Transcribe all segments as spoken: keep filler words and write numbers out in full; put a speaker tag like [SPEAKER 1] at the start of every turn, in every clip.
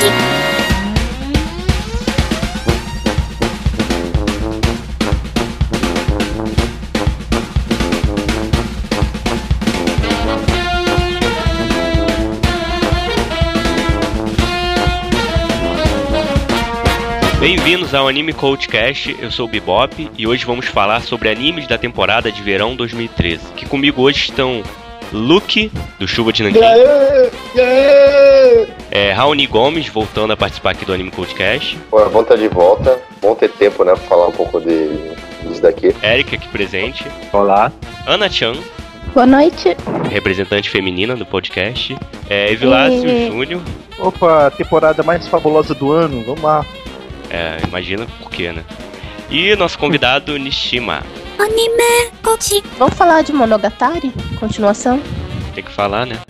[SPEAKER 1] Bem-vindos ao Anime Coachcast, eu sou o Bebop e hoje vamos falar sobre animes da temporada de verão dois mil e treze. Que comigo hoje estão Luke, do Chuva de Nanquim,
[SPEAKER 2] yeah, yeah.
[SPEAKER 1] é, Raoni Gomes, voltando a participar aqui do Anime Coachcast.
[SPEAKER 2] Pô, é bom estar de volta, bom ter tempo, né, pra falar um pouco de, disso daqui.
[SPEAKER 1] Érica aqui presente.
[SPEAKER 3] Olá.
[SPEAKER 1] Ana Chan.
[SPEAKER 4] Boa noite.
[SPEAKER 1] Representante feminina do podcast. É, Evilácio e... Júnior.
[SPEAKER 3] Opa, temporada mais fabulosa do ano, vamos lá.
[SPEAKER 1] É, imagina por quê, né? E nosso convidado, Nishima.
[SPEAKER 4] Anime Coach. Vamos falar de Monogatari? Continuação?
[SPEAKER 1] Tem que falar, né?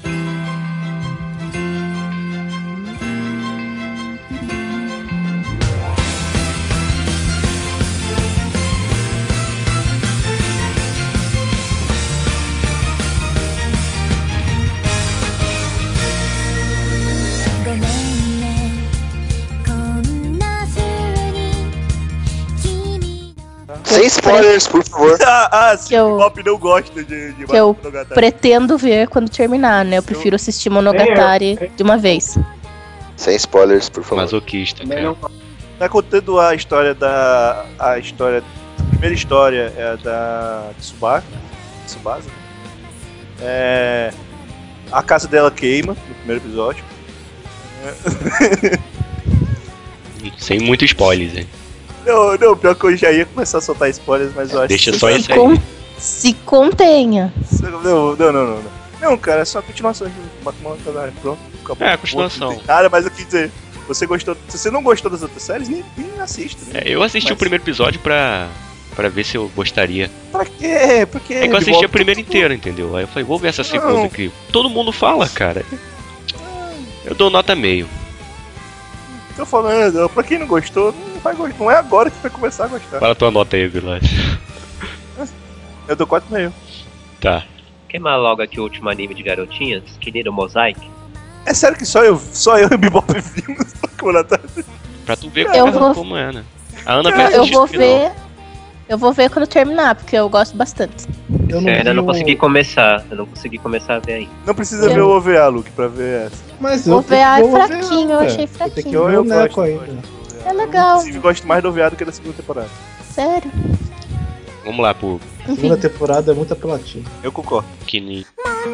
[SPEAKER 2] Sem spoilers, por favor.
[SPEAKER 3] ah, ah, sim,
[SPEAKER 4] eu,
[SPEAKER 3] o Bop não gosta de, de
[SPEAKER 4] que eu
[SPEAKER 3] Monogatari.
[SPEAKER 4] Pretendo ver quando terminar, né? Eu prefiro assistir Monogatari é, é. de uma vez.
[SPEAKER 2] Sem spoilers, por favor.
[SPEAKER 1] Masoquista, cara.
[SPEAKER 3] Tá contando a história da... A história... A primeira história é a da Tsubasa. Tsubasa. É... A casa dela queima no primeiro episódio. É.
[SPEAKER 1] Sem muito spoilers, hein?
[SPEAKER 3] Não, não, pior que eu já ia começar a soltar spoilers, mas eu acho
[SPEAKER 1] Deixa
[SPEAKER 3] que...
[SPEAKER 1] só isso aí.
[SPEAKER 4] Com... Se contenha.
[SPEAKER 3] Não, não, não, não, não. Não, cara, é só a continuação de Monogatari. Pronto, acabou.
[SPEAKER 1] É, a continuação.
[SPEAKER 3] Cara, mas eu quis dizer, você gostou... Se você não gostou das outras séries, nem, nem assista. Né?
[SPEAKER 1] É, eu assisti mas... o primeiro episódio pra... Pra ver se eu gostaria.
[SPEAKER 3] Pra quê? Pra quê?
[SPEAKER 1] É que eu assisti a primeira inteira, entendeu? Aí eu falei, vou ver essa segunda não. aqui. Todo mundo fala, cara. Eu dou nota meio.
[SPEAKER 3] Tô falando, pra quem não gostou, não vai gostar. Não é agora que vai começar a gostar.
[SPEAKER 1] Fala tua nota aí, Vilage.
[SPEAKER 3] Eu dou quatro vírgula cinco.
[SPEAKER 1] Tá.
[SPEAKER 5] Queima logo aqui o último anime de garotinhas, Kineiro Mosaic.
[SPEAKER 3] É sério que só eu, só eu e o Bebop vimos
[SPEAKER 1] Pra tu ver
[SPEAKER 4] eu
[SPEAKER 1] como,
[SPEAKER 4] vou...
[SPEAKER 1] como é, né? A Ana vai
[SPEAKER 4] Eu vou ver... Eu vou ver quando terminar, porque eu gosto bastante.
[SPEAKER 5] Eu, não eu ainda não consegui começar, eu não consegui começar a ver ainda.
[SPEAKER 3] Não precisa eu... ver o O V A, Luke, pra ver essa.
[SPEAKER 4] Mas o O V A é fraquinho, eu achei fraquinho.
[SPEAKER 3] Tem que eu, eu gosto, ainda.
[SPEAKER 4] É legal.
[SPEAKER 3] Inclusive, gosto mais do O V A do que da segunda temporada.
[SPEAKER 4] Sério?
[SPEAKER 1] Vamos lá, pô.
[SPEAKER 6] A segunda temporada é muito apelativa.
[SPEAKER 3] Eu concordo.
[SPEAKER 1] Que nem...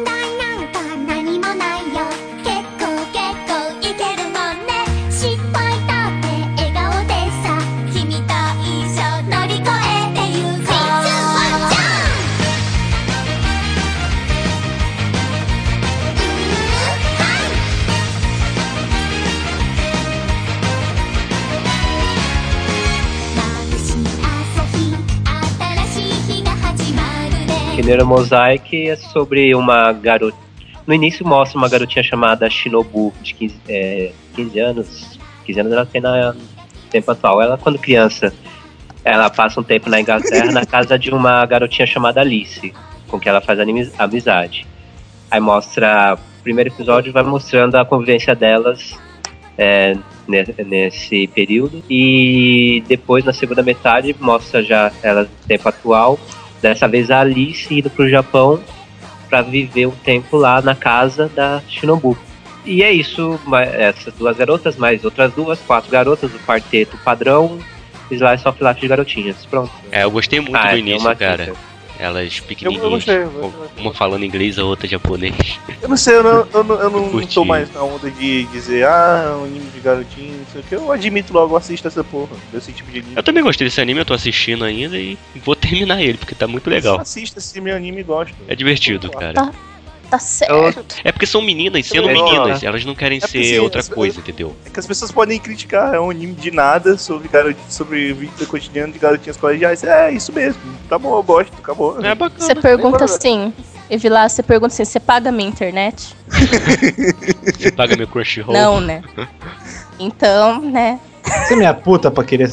[SPEAKER 5] Kineiro Mosaic é sobre uma garota. No início mostra uma garotinha chamada Shinobu, de quinze, é, quinze anos. quinze anos ela tem no tempo atual. Ela, quando criança, ela passa um tempo na Inglaterra na casa de uma garotinha chamada Alice, com que ela faz amizade. Aí mostra. O primeiro episódio vai mostrando a convivência delas é, nesse período. E depois, na segunda metade, mostra já ela no tempo atual. Dessa vez a Alice indo pro Japão pra viver um tempo lá na casa da Shinobu. E é isso, essas duas garotas, mais outras duas, quatro garotas, o quarteto padrão, Slice of Life de garotinhas. Pronto.
[SPEAKER 1] É, eu gostei muito
[SPEAKER 5] ah,
[SPEAKER 1] do início, cara.
[SPEAKER 5] Fica.
[SPEAKER 1] Elas pequenininhas,
[SPEAKER 3] eu gostei, eu gostei.
[SPEAKER 1] Uma falando inglês, a outra japonês.
[SPEAKER 3] Eu não sei, eu não, eu não, eu não tô mais na onda de dizer, ah, um anime de garotinho, não sei o que. Eu admito logo, assisto essa porra, desse tipo de anime.
[SPEAKER 1] Eu também gostei desse anime, eu tô assistindo ainda e vou terminar ele, porque tá muito legal.
[SPEAKER 3] Assista esse meu anime e gosto.
[SPEAKER 1] É divertido, cara.
[SPEAKER 4] Tá, tá certo.
[SPEAKER 1] É porque são meninas, sendo meninas, elas não querem
[SPEAKER 3] é
[SPEAKER 1] ser
[SPEAKER 3] assim,
[SPEAKER 1] outra
[SPEAKER 3] as,
[SPEAKER 1] coisa, entendeu?
[SPEAKER 3] É que as pessoas podem criticar, é um anime de nada sobre, garot... sobre vida cotidiana de garotinhas colegiais. É isso mesmo, tá bom, eu gosto, acabou.
[SPEAKER 1] É bacana.
[SPEAKER 4] Você pergunta assim, Evilá, você pergunta assim, você paga minha internet?
[SPEAKER 1] Você paga meu Crunchyroll?
[SPEAKER 4] Não, né? Então, né?
[SPEAKER 6] Você é minha puta pra querer...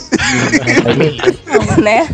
[SPEAKER 4] Não, né?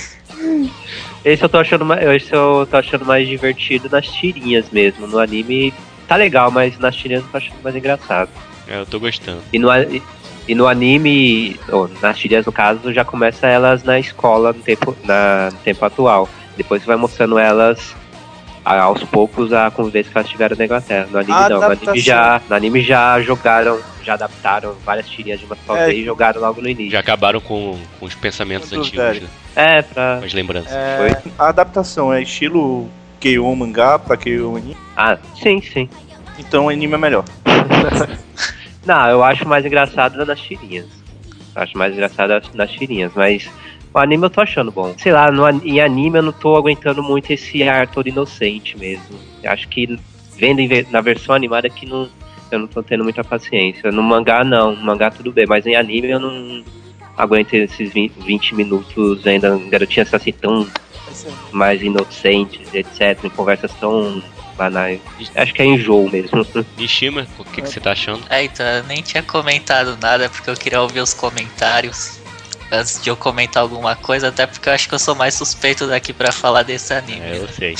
[SPEAKER 5] Esse eu tô achando mais, esse eu tô achando mais divertido nas tirinhas mesmo. No anime tá legal, mas nas tirinhas eu tô achando mais engraçado.
[SPEAKER 1] É, eu tô gostando.
[SPEAKER 5] E no, e, e no anime, ou nas tirinhas no caso, já começa elas na escola no tempo, na, no tempo atual. Depois vai mostrando elas a, aos poucos a convivência que elas tiveram na Inglaterra. No anime
[SPEAKER 3] A
[SPEAKER 5] não, no anime, já, no anime já jogaram, já adaptaram várias tirinhas de uma só
[SPEAKER 3] É,
[SPEAKER 5] vez e jogaram logo no início.
[SPEAKER 1] Já acabaram com, com os pensamentos
[SPEAKER 3] Tudo
[SPEAKER 1] antigos,
[SPEAKER 3] velho.
[SPEAKER 1] né?
[SPEAKER 5] É, pra...
[SPEAKER 1] Com as lembranças.
[SPEAKER 3] É, a adaptação é estilo Keion mangá pra Keion anime,
[SPEAKER 5] Ah, sim, sim.
[SPEAKER 3] então o anime é melhor.
[SPEAKER 5] Não, eu acho mais engraçado nas tirinhas. Eu acho mais engraçado nas tirinhas, mas o anime eu tô achando bom. Sei lá, no, em anime eu não tô aguentando muito esse ar todo inocente mesmo. Eu acho que vendo em, na versão animada que não, eu não tô tendo muita paciência. No mangá não, no mangá tudo bem, mas em anime eu não aguento esses vinte minutos ainda, garotinhas assim tão mais inocentes, etcétera, em conversas tão banais. Acho que é enjoo mesmo.
[SPEAKER 1] Mishima, o que, que você tá achando?
[SPEAKER 7] É, então, eu nem tinha comentado nada porque eu queria ouvir os comentários antes de eu comentar alguma coisa, até porque eu acho que eu sou mais suspeito daqui pra falar desse anime.
[SPEAKER 1] É, eu sei.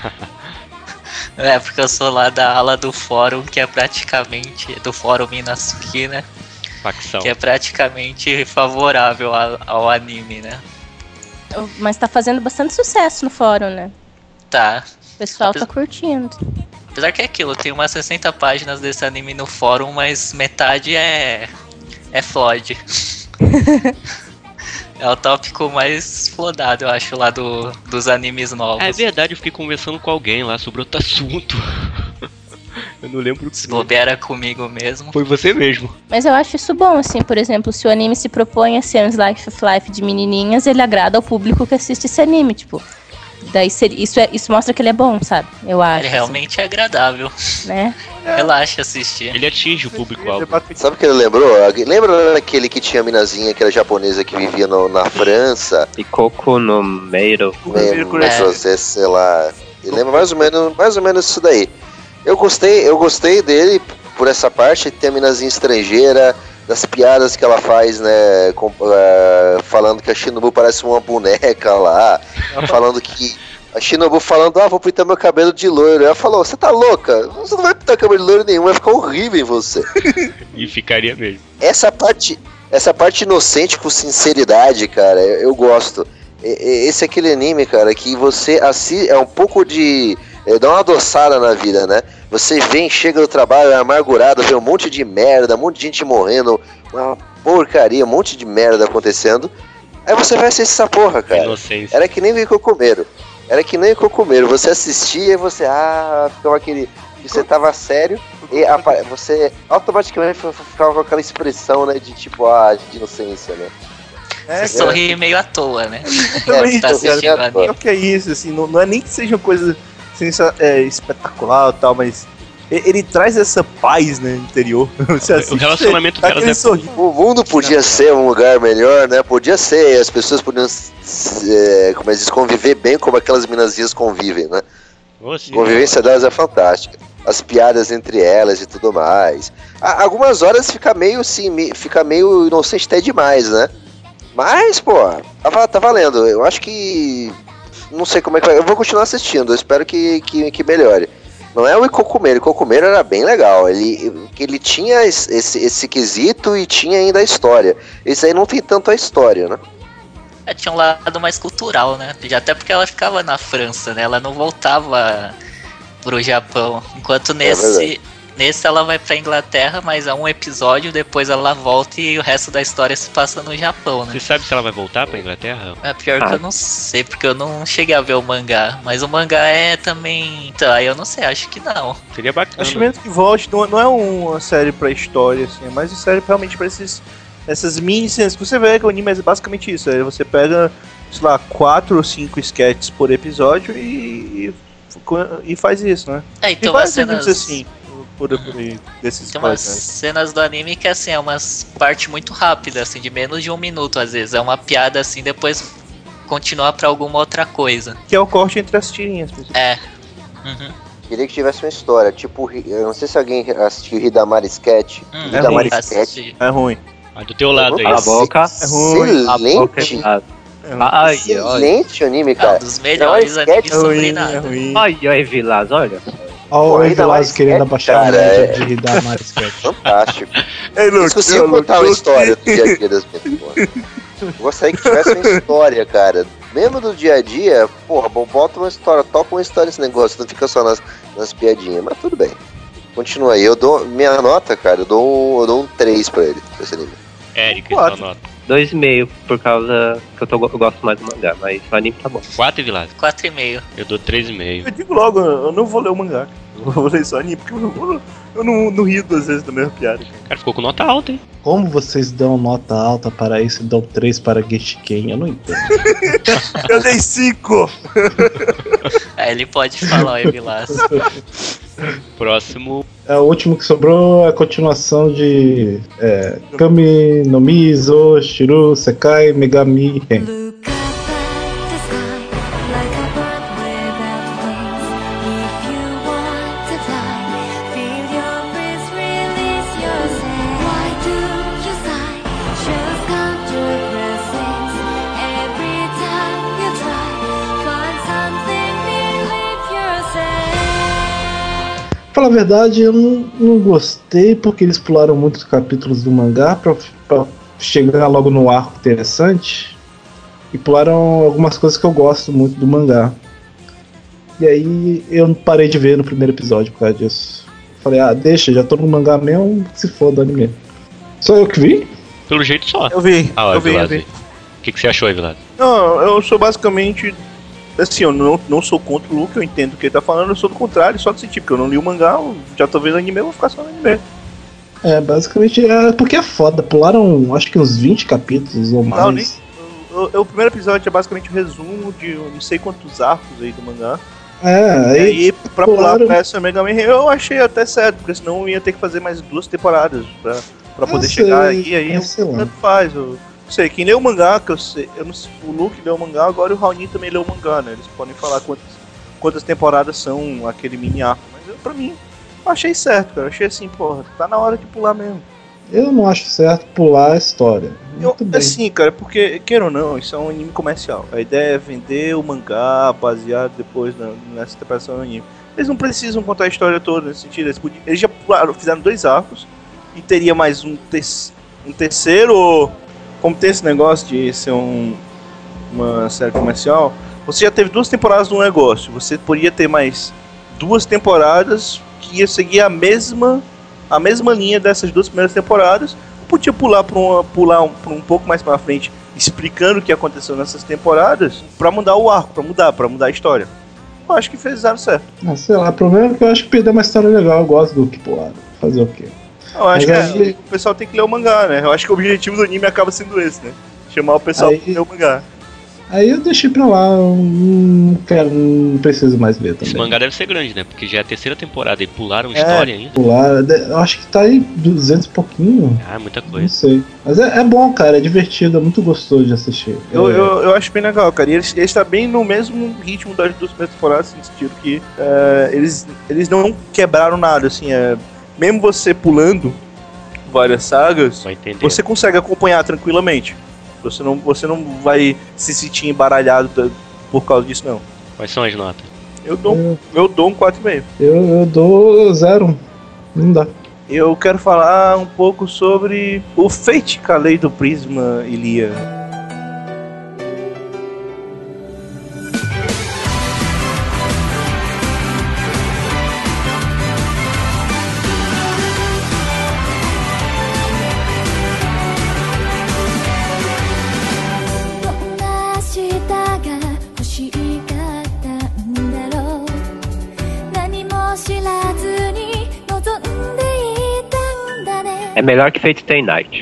[SPEAKER 7] É, porque eu sou lá da ala do fórum, que é praticamente, do fórum Minasuki, né?
[SPEAKER 1] Facção.
[SPEAKER 7] Que é praticamente favorável ao, ao anime, né?
[SPEAKER 4] Mas tá fazendo bastante sucesso no fórum, né?
[SPEAKER 7] Tá.
[SPEAKER 4] O pessoal
[SPEAKER 7] Apesar-
[SPEAKER 4] tá curtindo.
[SPEAKER 7] Apesar que é aquilo, tem umas sessenta páginas desse anime no fórum, mas metade é. é Floyd. É o tópico mais flodado, eu acho, lá do, dos animes novos.
[SPEAKER 1] É verdade, eu fiquei conversando com alguém lá sobre outro assunto. Eu não lembro o que
[SPEAKER 7] Se bobear era comigo mesmo.
[SPEAKER 1] foi você mesmo.
[SPEAKER 4] Mas eu acho isso bom, assim, por exemplo, se o anime se propõe a ser um slice of life de menininhas, ele agrada ao público que assiste esse anime, tipo. Daí seria, isso, é, isso mostra que ele é bom, sabe? Eu acho.
[SPEAKER 7] Ele realmente é agradável.
[SPEAKER 4] Assim, né?
[SPEAKER 7] Relaxa assistir.
[SPEAKER 1] Ele atinge o público-alvo.
[SPEAKER 2] Sabe o que ele lembrou? Lembra aquele que tinha a minazinha, aquela japonesa que vivia no- na França?
[SPEAKER 5] E Coco no Meiro.
[SPEAKER 3] O primeiro
[SPEAKER 2] É,
[SPEAKER 3] coração.
[SPEAKER 2] você, sei lá. Ele lembra mais ou menos, mais ou menos isso daí. Eu gostei, eu gostei dele por essa parte, tem a minazinha estrangeira, das piadas que ela faz, né? Com, uh, falando que a Shinobu parece uma boneca lá, falando que. A Shinobu falando, ah, vou pintar meu cabelo de loiro. Ela falou, você tá louca? Você não vai pintar cabelo de loiro nenhum, vai ficar horrível em você.
[SPEAKER 1] E ficaria mesmo.
[SPEAKER 2] Essa parte, essa parte inocente com sinceridade, cara, eu, eu gosto. E- e- Esse é aquele anime, cara, que você assiste, é um pouco de... é, dá uma adoçada na vida, né? Você vem, chega do trabalho, é amargurado, vê um monte de merda, um monte de gente morrendo, uma porcaria, um monte de merda acontecendo. Aí você vai assistir essa porra, cara.
[SPEAKER 1] Inocência.
[SPEAKER 2] Era que nem o Cocomeiro. Era que nem o Cocomeiro. Você assistia e você, ah, ficava aquele... que você tava sério e apa- você automaticamente ficava com aquela expressão, né, de tipo, ah, de inocência, né?
[SPEAKER 3] É,
[SPEAKER 7] Você sorri meio à toa, né?
[SPEAKER 3] Também,
[SPEAKER 7] tá
[SPEAKER 2] então,
[SPEAKER 7] assistindo
[SPEAKER 2] cara,
[SPEAKER 7] anime.
[SPEAKER 3] o que é isso, assim, não, não é nem que seja uma coisa sensa- é, espetacular e tal, mas ele, ele traz essa paz, né, interior. Você assiste,
[SPEAKER 1] O relacionamento
[SPEAKER 3] dá
[SPEAKER 1] delas
[SPEAKER 3] aquele
[SPEAKER 1] é-
[SPEAKER 3] sorriso.
[SPEAKER 2] O mundo podia ser um lugar melhor, né? Podia ser, as pessoas podiam, é, como é que diz, conviver bem como aquelas minazinhas convivem, né?
[SPEAKER 1] Ô, sim.
[SPEAKER 2] A convivência delas é fantástica. As piadas entre elas e tudo mais. A- algumas horas fica meio assim, me- fica meio inocente até demais, né? Mas, pô, tá, va- tá valendo. Eu acho que. Não sei como é que vai. Eu vou continuar assistindo, eu espero que, que, que melhore. Não é o Ikokumeiro, o Ikokumeiro era bem legal. Ele, ele tinha esse, esse, esse quesito e tinha ainda a história. Esse aí não tem tanto a história, né?
[SPEAKER 7] É, tinha um lado mais cultural, né? Já até porque ela ficava na França, né? Ela não voltava pro Japão. Enquanto nesse,
[SPEAKER 2] verdade.
[SPEAKER 7] nesse ela vai pra Inglaterra, mas é um episódio, depois ela volta e o resto da história se passa no Japão, né?
[SPEAKER 1] Você sabe se ela vai voltar pra Inglaterra?
[SPEAKER 7] É pior que
[SPEAKER 5] Ah.
[SPEAKER 7] eu não sei, porque eu não cheguei a ver o mangá. Mas o mangá é também. Então, aí eu não sei, acho que não.
[SPEAKER 1] Seria bacana.
[SPEAKER 3] Acho mesmo que volte, não, não é uma série pra história, assim, é mais uma série realmente pra esses, essas mini cenas. Que você vê que o anime é basicamente isso, é, você pega, sei lá, quatro ou cinco sketches por episódio e, e, e faz isso, né?
[SPEAKER 7] É,
[SPEAKER 3] Tem
[SPEAKER 7] então umas
[SPEAKER 3] vários animes
[SPEAKER 7] cenas.
[SPEAKER 3] assim, por, por aí, desses
[SPEAKER 7] Tem umas
[SPEAKER 3] quais, né?
[SPEAKER 7] cenas do anime que assim, é umas parte muito rápida, assim, de menos de um minuto às vezes. É uma piada assim, depois continuar pra alguma outra coisa.
[SPEAKER 3] Que é o corte entre as tirinhas. por exemplo.
[SPEAKER 7] É. Uhum.
[SPEAKER 2] Queria que tivesse uma história. Tipo, eu não sei se alguém assistiu Hidamari Sketch.
[SPEAKER 7] Hum,
[SPEAKER 3] É
[SPEAKER 2] Hidamari
[SPEAKER 3] ruim.
[SPEAKER 2] Sketch.
[SPEAKER 7] assisti.
[SPEAKER 3] É ruim.
[SPEAKER 1] Ah, do teu lado aí.
[SPEAKER 5] Cala a boca.
[SPEAKER 3] É ruim.
[SPEAKER 5] A boca é
[SPEAKER 2] Excelente.
[SPEAKER 5] nada.
[SPEAKER 3] É ruim.
[SPEAKER 5] Ai, ai,
[SPEAKER 2] Excelente anime,
[SPEAKER 7] É um
[SPEAKER 2] cara.
[SPEAKER 7] dos melhores
[SPEAKER 2] Não, é
[SPEAKER 7] animes
[SPEAKER 3] É ruim,
[SPEAKER 7] sobre
[SPEAKER 3] é
[SPEAKER 7] nada.
[SPEAKER 3] ruim.
[SPEAKER 5] ai, ai, Vilas, olha.
[SPEAKER 6] Olha o
[SPEAKER 2] ainda mais
[SPEAKER 6] Evilásio querendo
[SPEAKER 2] sketch,
[SPEAKER 6] abaixar a
[SPEAKER 2] cara,
[SPEAKER 6] média
[SPEAKER 2] é-
[SPEAKER 6] de dar mais sketch.
[SPEAKER 2] Fantástico.
[SPEAKER 3] Ei, Luke,
[SPEAKER 2] Eles conseguiam
[SPEAKER 3] ô, Luke,
[SPEAKER 2] contar uma
[SPEAKER 3] Luke.
[SPEAKER 2] história do dia a dia das pessoas. Eu gostaria que tivesse uma história, cara. Mesmo do dia a dia, porra, bom, bota uma história, toca uma história nesse negócio, não fica só nas, nas piadinhas. Mas tudo bem. Continua aí. Eu dou minha nota, cara, eu dou um, eu dou um três pra ele, pra esse anime.
[SPEAKER 1] Eric, sua
[SPEAKER 3] Quatro.
[SPEAKER 1] nota.
[SPEAKER 5] Dois e meio, por causa que eu, tô, eu gosto mais do mangá, mas o anime tá bom.
[SPEAKER 1] quatro, Vilas?
[SPEAKER 7] quatro e meio.
[SPEAKER 1] Eu dou três e meio.
[SPEAKER 3] Eu digo logo, eu não vou ler o mangá. Eu vou ler só anime, porque eu não, eu não, não rio duas vezes da mesma piada.
[SPEAKER 1] Cara, ficou com nota alta, hein?
[SPEAKER 6] Como vocês dão nota alta para isso e dão três para Genshiken? Eu não entendo.
[SPEAKER 3] Eu dei cinco!
[SPEAKER 7] Aí ele pode falar, o Evilásio.
[SPEAKER 1] Próximo.
[SPEAKER 6] É, o último que sobrou é a continuação de é, Kami no Mizo, Shiru, Sekai, Megami Ren.
[SPEAKER 8] Look up at the sky like a bird without wings. If you want to fly, feel your breath, release yourself. Why do you sigh? Shows counter blessings. Every time you try, find something, believe yourself.
[SPEAKER 6] Falar a verdade, eu não, não gostei porque eles pularam muitos capítulos do mangá pra, pra chegar logo no arco interessante e pularam algumas coisas que eu gosto muito do mangá. E aí eu parei de ver no primeiro episódio por causa disso. Falei, ah, deixa, já tô no mangá mesmo, se foda o anime. Só eu que vi?
[SPEAKER 1] Pelo jeito só.
[SPEAKER 3] Eu vi,
[SPEAKER 1] Ah, ó,
[SPEAKER 3] eu vi, eu
[SPEAKER 1] Vilas.
[SPEAKER 3] vi.
[SPEAKER 1] O que, que você achou, Vilas?
[SPEAKER 3] Não, eu sou basicamente. Assim, eu não, não sou contra o Luke, eu entendo o que ele tá falando, eu sou do contrário, só desse tipo, porque eu não li o mangá, eu já tô vendo anime, eu vou ficar só no anime.
[SPEAKER 6] É, basicamente é porque é foda. Pularam acho que uns vinte capítulos ou mais.
[SPEAKER 3] Não, nem. O, o- o primeiro episódio é basicamente um resumo de eu não sei quantos arcos aí do mangá.
[SPEAKER 6] É,
[SPEAKER 3] E
[SPEAKER 6] aí.
[SPEAKER 3] aí, pra pular
[SPEAKER 6] pularam.
[SPEAKER 3] pra essa Mega Man, eu achei até certo, porque senão eu ia ter que fazer mais duas temporadas pra, pra poder
[SPEAKER 6] Eu
[SPEAKER 3] chegar
[SPEAKER 6] sei,
[SPEAKER 3] aí, aí
[SPEAKER 6] é,
[SPEAKER 3] eu,
[SPEAKER 6] sei lá.
[SPEAKER 3] tanto faz. Eu, não sei, quem leu o mangá, que eu sei, eu não sei, o Luke leu o mangá, agora o Raoni também leu o mangá, né? Eles podem falar quantas, quantas temporadas são aquele mini arco, mas eu, pra mim, eu achei certo, cara. Eu achei assim, porra, tá na hora de pular mesmo.
[SPEAKER 6] Eu não acho certo pular a história.
[SPEAKER 3] Eu,
[SPEAKER 6] Muito bem.
[SPEAKER 3] assim, cara, porque, queira ou não, isso é um anime comercial. A ideia é vender o mangá baseado depois na, nessa interpretação do anime. Eles não precisam contar a história toda nesse sentido. Eles, podiam, eles já pularam, fizeram dois arcos e teria mais um, te, um terceiro. Como tem esse negócio de ser um, uma série comercial, você já teve duas temporadas no negócio. Você poderia ter mais duas temporadas que ia seguir a mesma, a mesma linha dessas duas primeiras temporadas. Podia pular para um, pular um, pra um pouco mais para frente, explicando o que aconteceu nessas temporadas, para mudar o arco, para mudar, para mudar a história. Eu acho que fizeram certo.
[SPEAKER 6] Ah, sei lá, o problema é que eu acho que perdeu uma história legal. Eu gosto do que pularam. Fazer o quê?
[SPEAKER 3] Eu acho
[SPEAKER 6] Mas
[SPEAKER 3] que
[SPEAKER 6] aí-
[SPEAKER 3] é, o pessoal tem que ler o mangá, né? Eu acho que o objetivo do anime acaba sendo esse, né? Chamar o pessoal
[SPEAKER 6] Aí-
[SPEAKER 3] pra ler o mangá.
[SPEAKER 6] Aí eu deixei pra lá, eu não quero, não preciso mais ver
[SPEAKER 1] Esse
[SPEAKER 6] também.
[SPEAKER 1] mangá deve ser grande, né? Porque já é a terceira temporada e pularam
[SPEAKER 3] É.
[SPEAKER 1] história ainda.
[SPEAKER 6] Pular, de- eu acho que tá aí duzentos e pouquinho.
[SPEAKER 1] Ah, muita
[SPEAKER 6] Não
[SPEAKER 1] coisa.
[SPEAKER 6] sei. Mas é, é bom, cara, é divertido, é muito gostoso de assistir.
[SPEAKER 3] Eu,
[SPEAKER 6] É,
[SPEAKER 3] eu, eu acho bem legal, cara. E eles, eles tá bem no mesmo ritmo das duas primeiras temporadas, no sentido que é, eles, eles não quebraram nada, assim. É, mesmo você pulando várias sagas,
[SPEAKER 1] Vai entender.
[SPEAKER 3] você consegue acompanhar tranquilamente. Você não, você não vai se sentir embaralhado da- por causa disso, não.
[SPEAKER 1] Quais são as notas?
[SPEAKER 3] Eu dou, eu dou um quatro vírgula cinco.
[SPEAKER 6] Eu, eu dou zero. Não dá.
[SPEAKER 3] Eu quero falar um pouco sobre o Fate Kaleido Prisma Ilia.
[SPEAKER 5] É melhor que Fate Stay Night.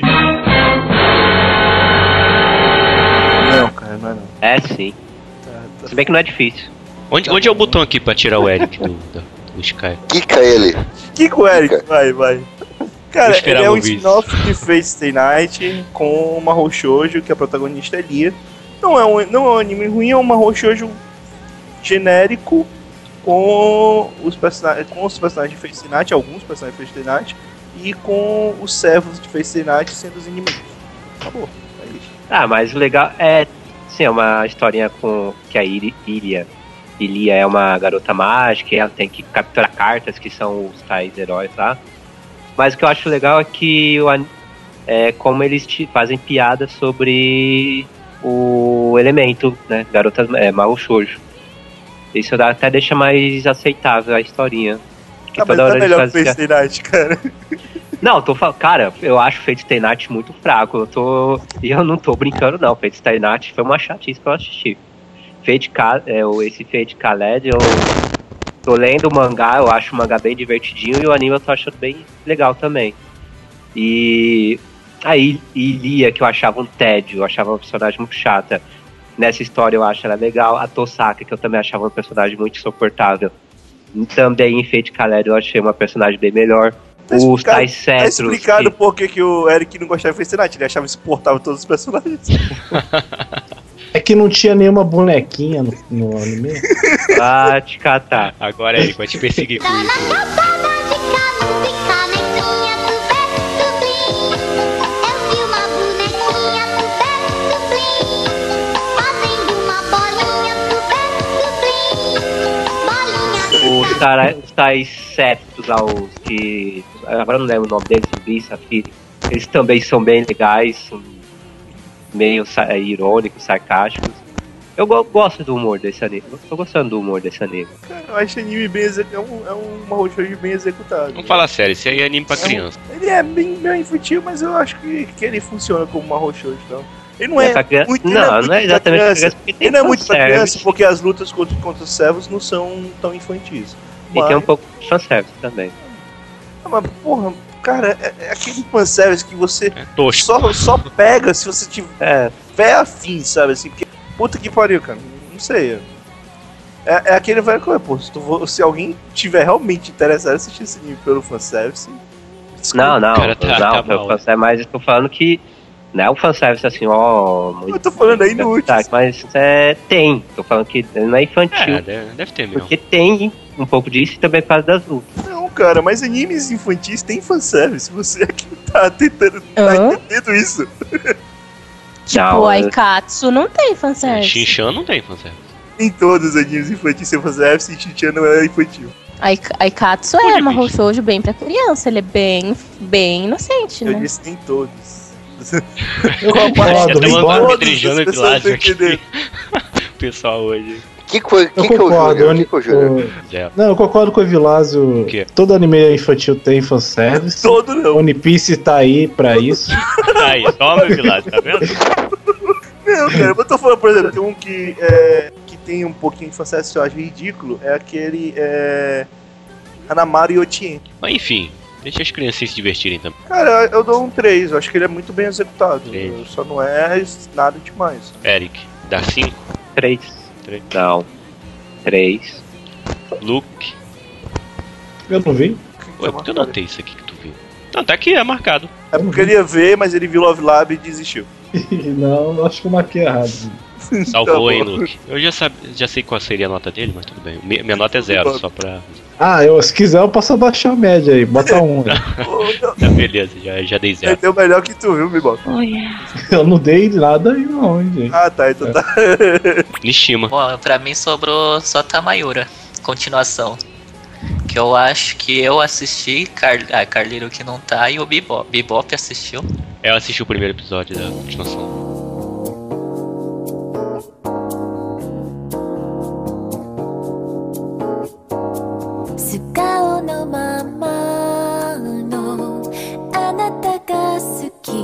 [SPEAKER 3] Não, cara, não é não.
[SPEAKER 5] É sim. Se bem que não é difícil.
[SPEAKER 1] Onde, onde é o botão aqui pra tirar o Eric do, do, do Sky?
[SPEAKER 2] Quica ele.
[SPEAKER 3] Kiko Eric, vai, vai. Cara,
[SPEAKER 1] Vou esperar
[SPEAKER 3] ele é um
[SPEAKER 1] ouvir isso.
[SPEAKER 3] spin-off de Fate Stay Night com uma Mahou Shoujo, que a protagonista é Lia. Não é um, não é um anime ruim, é uma Mahou Shoujo genérico com os, persona- com os personagens de Fate Stay Night, alguns personagens de Fate Stay Night, e com os servos de Fate Stay Night sendo os inimigos. Acabou, é isso.
[SPEAKER 5] Ah, mas o legal é. Sim, é uma historinha com que a Iri- Iria Ilia é uma garota mágica e ela tem que capturar cartas, que são os tais heróis lá. Mas o que eu acho legal é que o, an- é como eles te fazem piada sobre o elemento, né? Garotas, é, Mahou Shoujo. Isso dá- até deixa mais aceitável a historinha. Porque
[SPEAKER 3] Ah, mas
[SPEAKER 5] toda
[SPEAKER 3] tá
[SPEAKER 5] hora eles
[SPEAKER 3] melhor que
[SPEAKER 5] fazem
[SPEAKER 3] Fate
[SPEAKER 5] piada.
[SPEAKER 3] Night, cara.
[SPEAKER 5] Não, eu tô falando, cara, eu acho Fate Stay Night muito fraco. Eu tô. E eu não tô brincando, não. Fate Stay Night foi uma chatice pra eu assistir. Fate Ka, é, o- esse Fate Khaled, eu tô lendo o mangá, eu acho o mangá bem divertidinho e o anime eu tô achando bem legal também. E aí, Ilia, que eu achava um tédio, eu achava uma personagem muito chata. Nessa história eu acho ela legal. A Tosaka, que eu também achava uma personagem muito insuportável. Também em Fate Khaled eu achei uma personagem bem melhor.
[SPEAKER 3] Tá
[SPEAKER 5] Os
[SPEAKER 3] explicado-
[SPEAKER 5] tais
[SPEAKER 3] Tá
[SPEAKER 5] cetros.
[SPEAKER 3] explicado
[SPEAKER 5] que-
[SPEAKER 3] por que, que o Eric não gostava de Fate Night. Ele achava insuportável todos os personagens.
[SPEAKER 6] É que não tinha nenhuma bonequinha no, no anime.
[SPEAKER 5] Ah, te catar.
[SPEAKER 1] Agora ele vai te perseguir com isso.
[SPEAKER 5] Os, tara- os tais septos lá, os que. Agora eu não lembro o nome deles, Bi, Safiri. Eles também são bem legais, são meio sa- irônicos, sarcásticos. Eu go- gosto do humor desse anime. Eu tô gostando do humor desse anime.
[SPEAKER 3] Cara, eu acho anime bem executado. É um, é um Mahou Shoujo bem executado.
[SPEAKER 1] Vamos falar sério, esse aí é anime pra criança.
[SPEAKER 3] Ele é bem, bem infantil, mas eu acho que, que ele funciona como Mahou Shoujo, então. Ele não é,
[SPEAKER 5] pra criança?
[SPEAKER 3] muito, ele
[SPEAKER 5] Não,
[SPEAKER 3] é
[SPEAKER 5] não
[SPEAKER 3] muito
[SPEAKER 5] é
[SPEAKER 3] pra
[SPEAKER 5] exatamente pra
[SPEAKER 3] criança.
[SPEAKER 5] criança, porque tem
[SPEAKER 3] Ele não é muito pra
[SPEAKER 5] fanservice.
[SPEAKER 3] criança porque as lutas contra, contra os servos não são tão infantis.
[SPEAKER 5] E tem um
[SPEAKER 3] Mas-
[SPEAKER 5] pouco de fanservice também.
[SPEAKER 3] Ah, mas, porra, cara, é, é aquele fanservice que você
[SPEAKER 1] É tosco.
[SPEAKER 3] só, só pega se você tiver
[SPEAKER 5] É,
[SPEAKER 3] afim, sabe? Assim, porque, puta que pariu, cara. Não sei. É, é aquele velho coisa, pô. Se, tu for- se alguém tiver realmente interessado em assistir esse anime pelo fanservice. desculpa.
[SPEAKER 5] não, não,
[SPEAKER 1] cara tá-
[SPEAKER 5] não,
[SPEAKER 1] tá
[SPEAKER 5] foi
[SPEAKER 1] mal.
[SPEAKER 5] o fanservice, mas eu tô falando que não é um fanservice assim, ó. Muito,
[SPEAKER 3] Eu tô falando aí no último.
[SPEAKER 5] Mas é, tem. Tô falando que ele não é infantil.
[SPEAKER 1] É, deve, deve ter mesmo.
[SPEAKER 5] Porque tem um pouco disso e também por causa das lutas.
[SPEAKER 3] Não, cara, mas animes infantis tem fanservice. Você é que tá tentando. Tá
[SPEAKER 4] Hã?
[SPEAKER 3] entendendo isso.
[SPEAKER 4] Tipo,
[SPEAKER 5] Não,
[SPEAKER 4] a
[SPEAKER 5] eu-
[SPEAKER 4] Ikatsu não tem fanservice.
[SPEAKER 1] Shinchan não tem fanservice.
[SPEAKER 3] Em todos os animes infantis tem fanservice e Shinchan não é infantil.
[SPEAKER 4] A, Ik- a Ikatsu
[SPEAKER 1] Pode
[SPEAKER 4] é
[SPEAKER 1] vir.
[SPEAKER 4] Mahou Shoujo bem pra criança. Ele é bem, bem inocente,
[SPEAKER 3] Eu
[SPEAKER 4] né?
[SPEAKER 3] disse nem todos.
[SPEAKER 6] Eu
[SPEAKER 1] Acho que
[SPEAKER 6] concordo,
[SPEAKER 1] até uma
[SPEAKER 6] concordo.
[SPEAKER 1] apedrejando o
[SPEAKER 3] as pessoas
[SPEAKER 1] Epilácio
[SPEAKER 3] estão
[SPEAKER 1] aqui.
[SPEAKER 3] entendendo.
[SPEAKER 1] O pessoal hoje.
[SPEAKER 2] Que que foi, que
[SPEAKER 6] Eu
[SPEAKER 2] que é o
[SPEAKER 6] concordo.
[SPEAKER 2] Júnior? Que
[SPEAKER 6] eu-
[SPEAKER 2] que é o Júnior?
[SPEAKER 6] eu-
[SPEAKER 1] Zero.
[SPEAKER 6] Não, eu concordo com o Evilásio.
[SPEAKER 1] O quê?
[SPEAKER 6] Todo anime infantil tem fanservice.
[SPEAKER 3] Todo não.
[SPEAKER 6] One Piece tá aí pra isso.
[SPEAKER 1] Aí, toma, Epilácio, tá vendo?
[SPEAKER 3] Não, cara, eu tô falando, por exemplo, tem um que, é, que tem um pouquinho de fanservice que eu acho ridículo, é aquele é, Hanamaru Yotien.
[SPEAKER 1] Mas enfim, deixa as criancinhas se divertirem também.
[SPEAKER 3] Cara, eu dou um três, eu acho que ele é muito bem executado.
[SPEAKER 1] Três.
[SPEAKER 3] Só não é nada demais.
[SPEAKER 1] Eric, dá cinco.
[SPEAKER 5] Três.
[SPEAKER 1] Três.
[SPEAKER 5] Não. Três.
[SPEAKER 1] Luke.
[SPEAKER 6] Eu não vi.
[SPEAKER 1] Ué, por que eu notei isso aqui que tu viu? Não, tá aqui, é marcado.
[SPEAKER 3] É porque ele ia ver, mas ele viu Love Lab e desistiu.
[SPEAKER 6] Não, eu acho que eu marquei errado.
[SPEAKER 1] Salvou,
[SPEAKER 3] Tá
[SPEAKER 1] hein,
[SPEAKER 3] bom.
[SPEAKER 1] Luke? Eu já, sabe, já sei qual seria a nota dele, mas tudo bem. Mi- Minha nota é zero, só pra.
[SPEAKER 6] Ah, eu, se quiser eu posso abaixar a média aí. Bota um. aí.
[SPEAKER 3] Pô, não,
[SPEAKER 1] Tá, beleza, já, já dei
[SPEAKER 3] ele
[SPEAKER 1] zero.
[SPEAKER 3] deu melhor que tu, viu, Bibop?
[SPEAKER 6] Eu não dei nada aí não, hein, gente.
[SPEAKER 3] Ah, tá, então tá.
[SPEAKER 1] Nishima.
[SPEAKER 7] Bom, pra mim sobrou só Tamayura, continuação. Que eu acho que eu assisti, Car... ah, Carliro que não tá, e o Bebop. Bebop assistiu.
[SPEAKER 1] Eu assisti o primeiro episódio da continuação.
[SPEAKER 8] 素顔のままのあなたが好き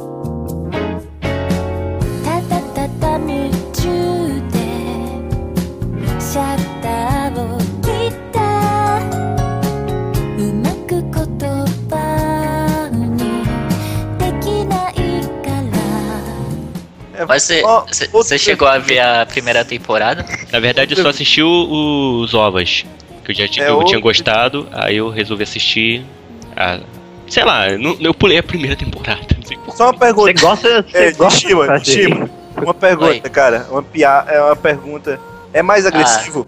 [SPEAKER 8] ただただ夢中でシャッターを切ったうまく言葉にできないから
[SPEAKER 3] É,
[SPEAKER 7] Mas você
[SPEAKER 3] ó,
[SPEAKER 7] você-
[SPEAKER 3] outro-
[SPEAKER 7] você chegou a ver a primeira temporada?
[SPEAKER 1] Na verdade, eu só assisti o- os ovas. Que eu já ti-
[SPEAKER 3] É,
[SPEAKER 1] eu
[SPEAKER 3] o-
[SPEAKER 1] tinha gostado, aí eu resolvi assistir. A, sei lá, não- eu pulei a primeira temporada. Não sei por
[SPEAKER 3] Só uma pergunta.
[SPEAKER 5] Você gosta, você
[SPEAKER 3] É,
[SPEAKER 5] gosta
[SPEAKER 3] Nishima,
[SPEAKER 5] de fazer
[SPEAKER 3] Nishima, uma pergunta,
[SPEAKER 7] Oi.
[SPEAKER 3] cara. Uma pia... É uma pergunta. É mais agressivo?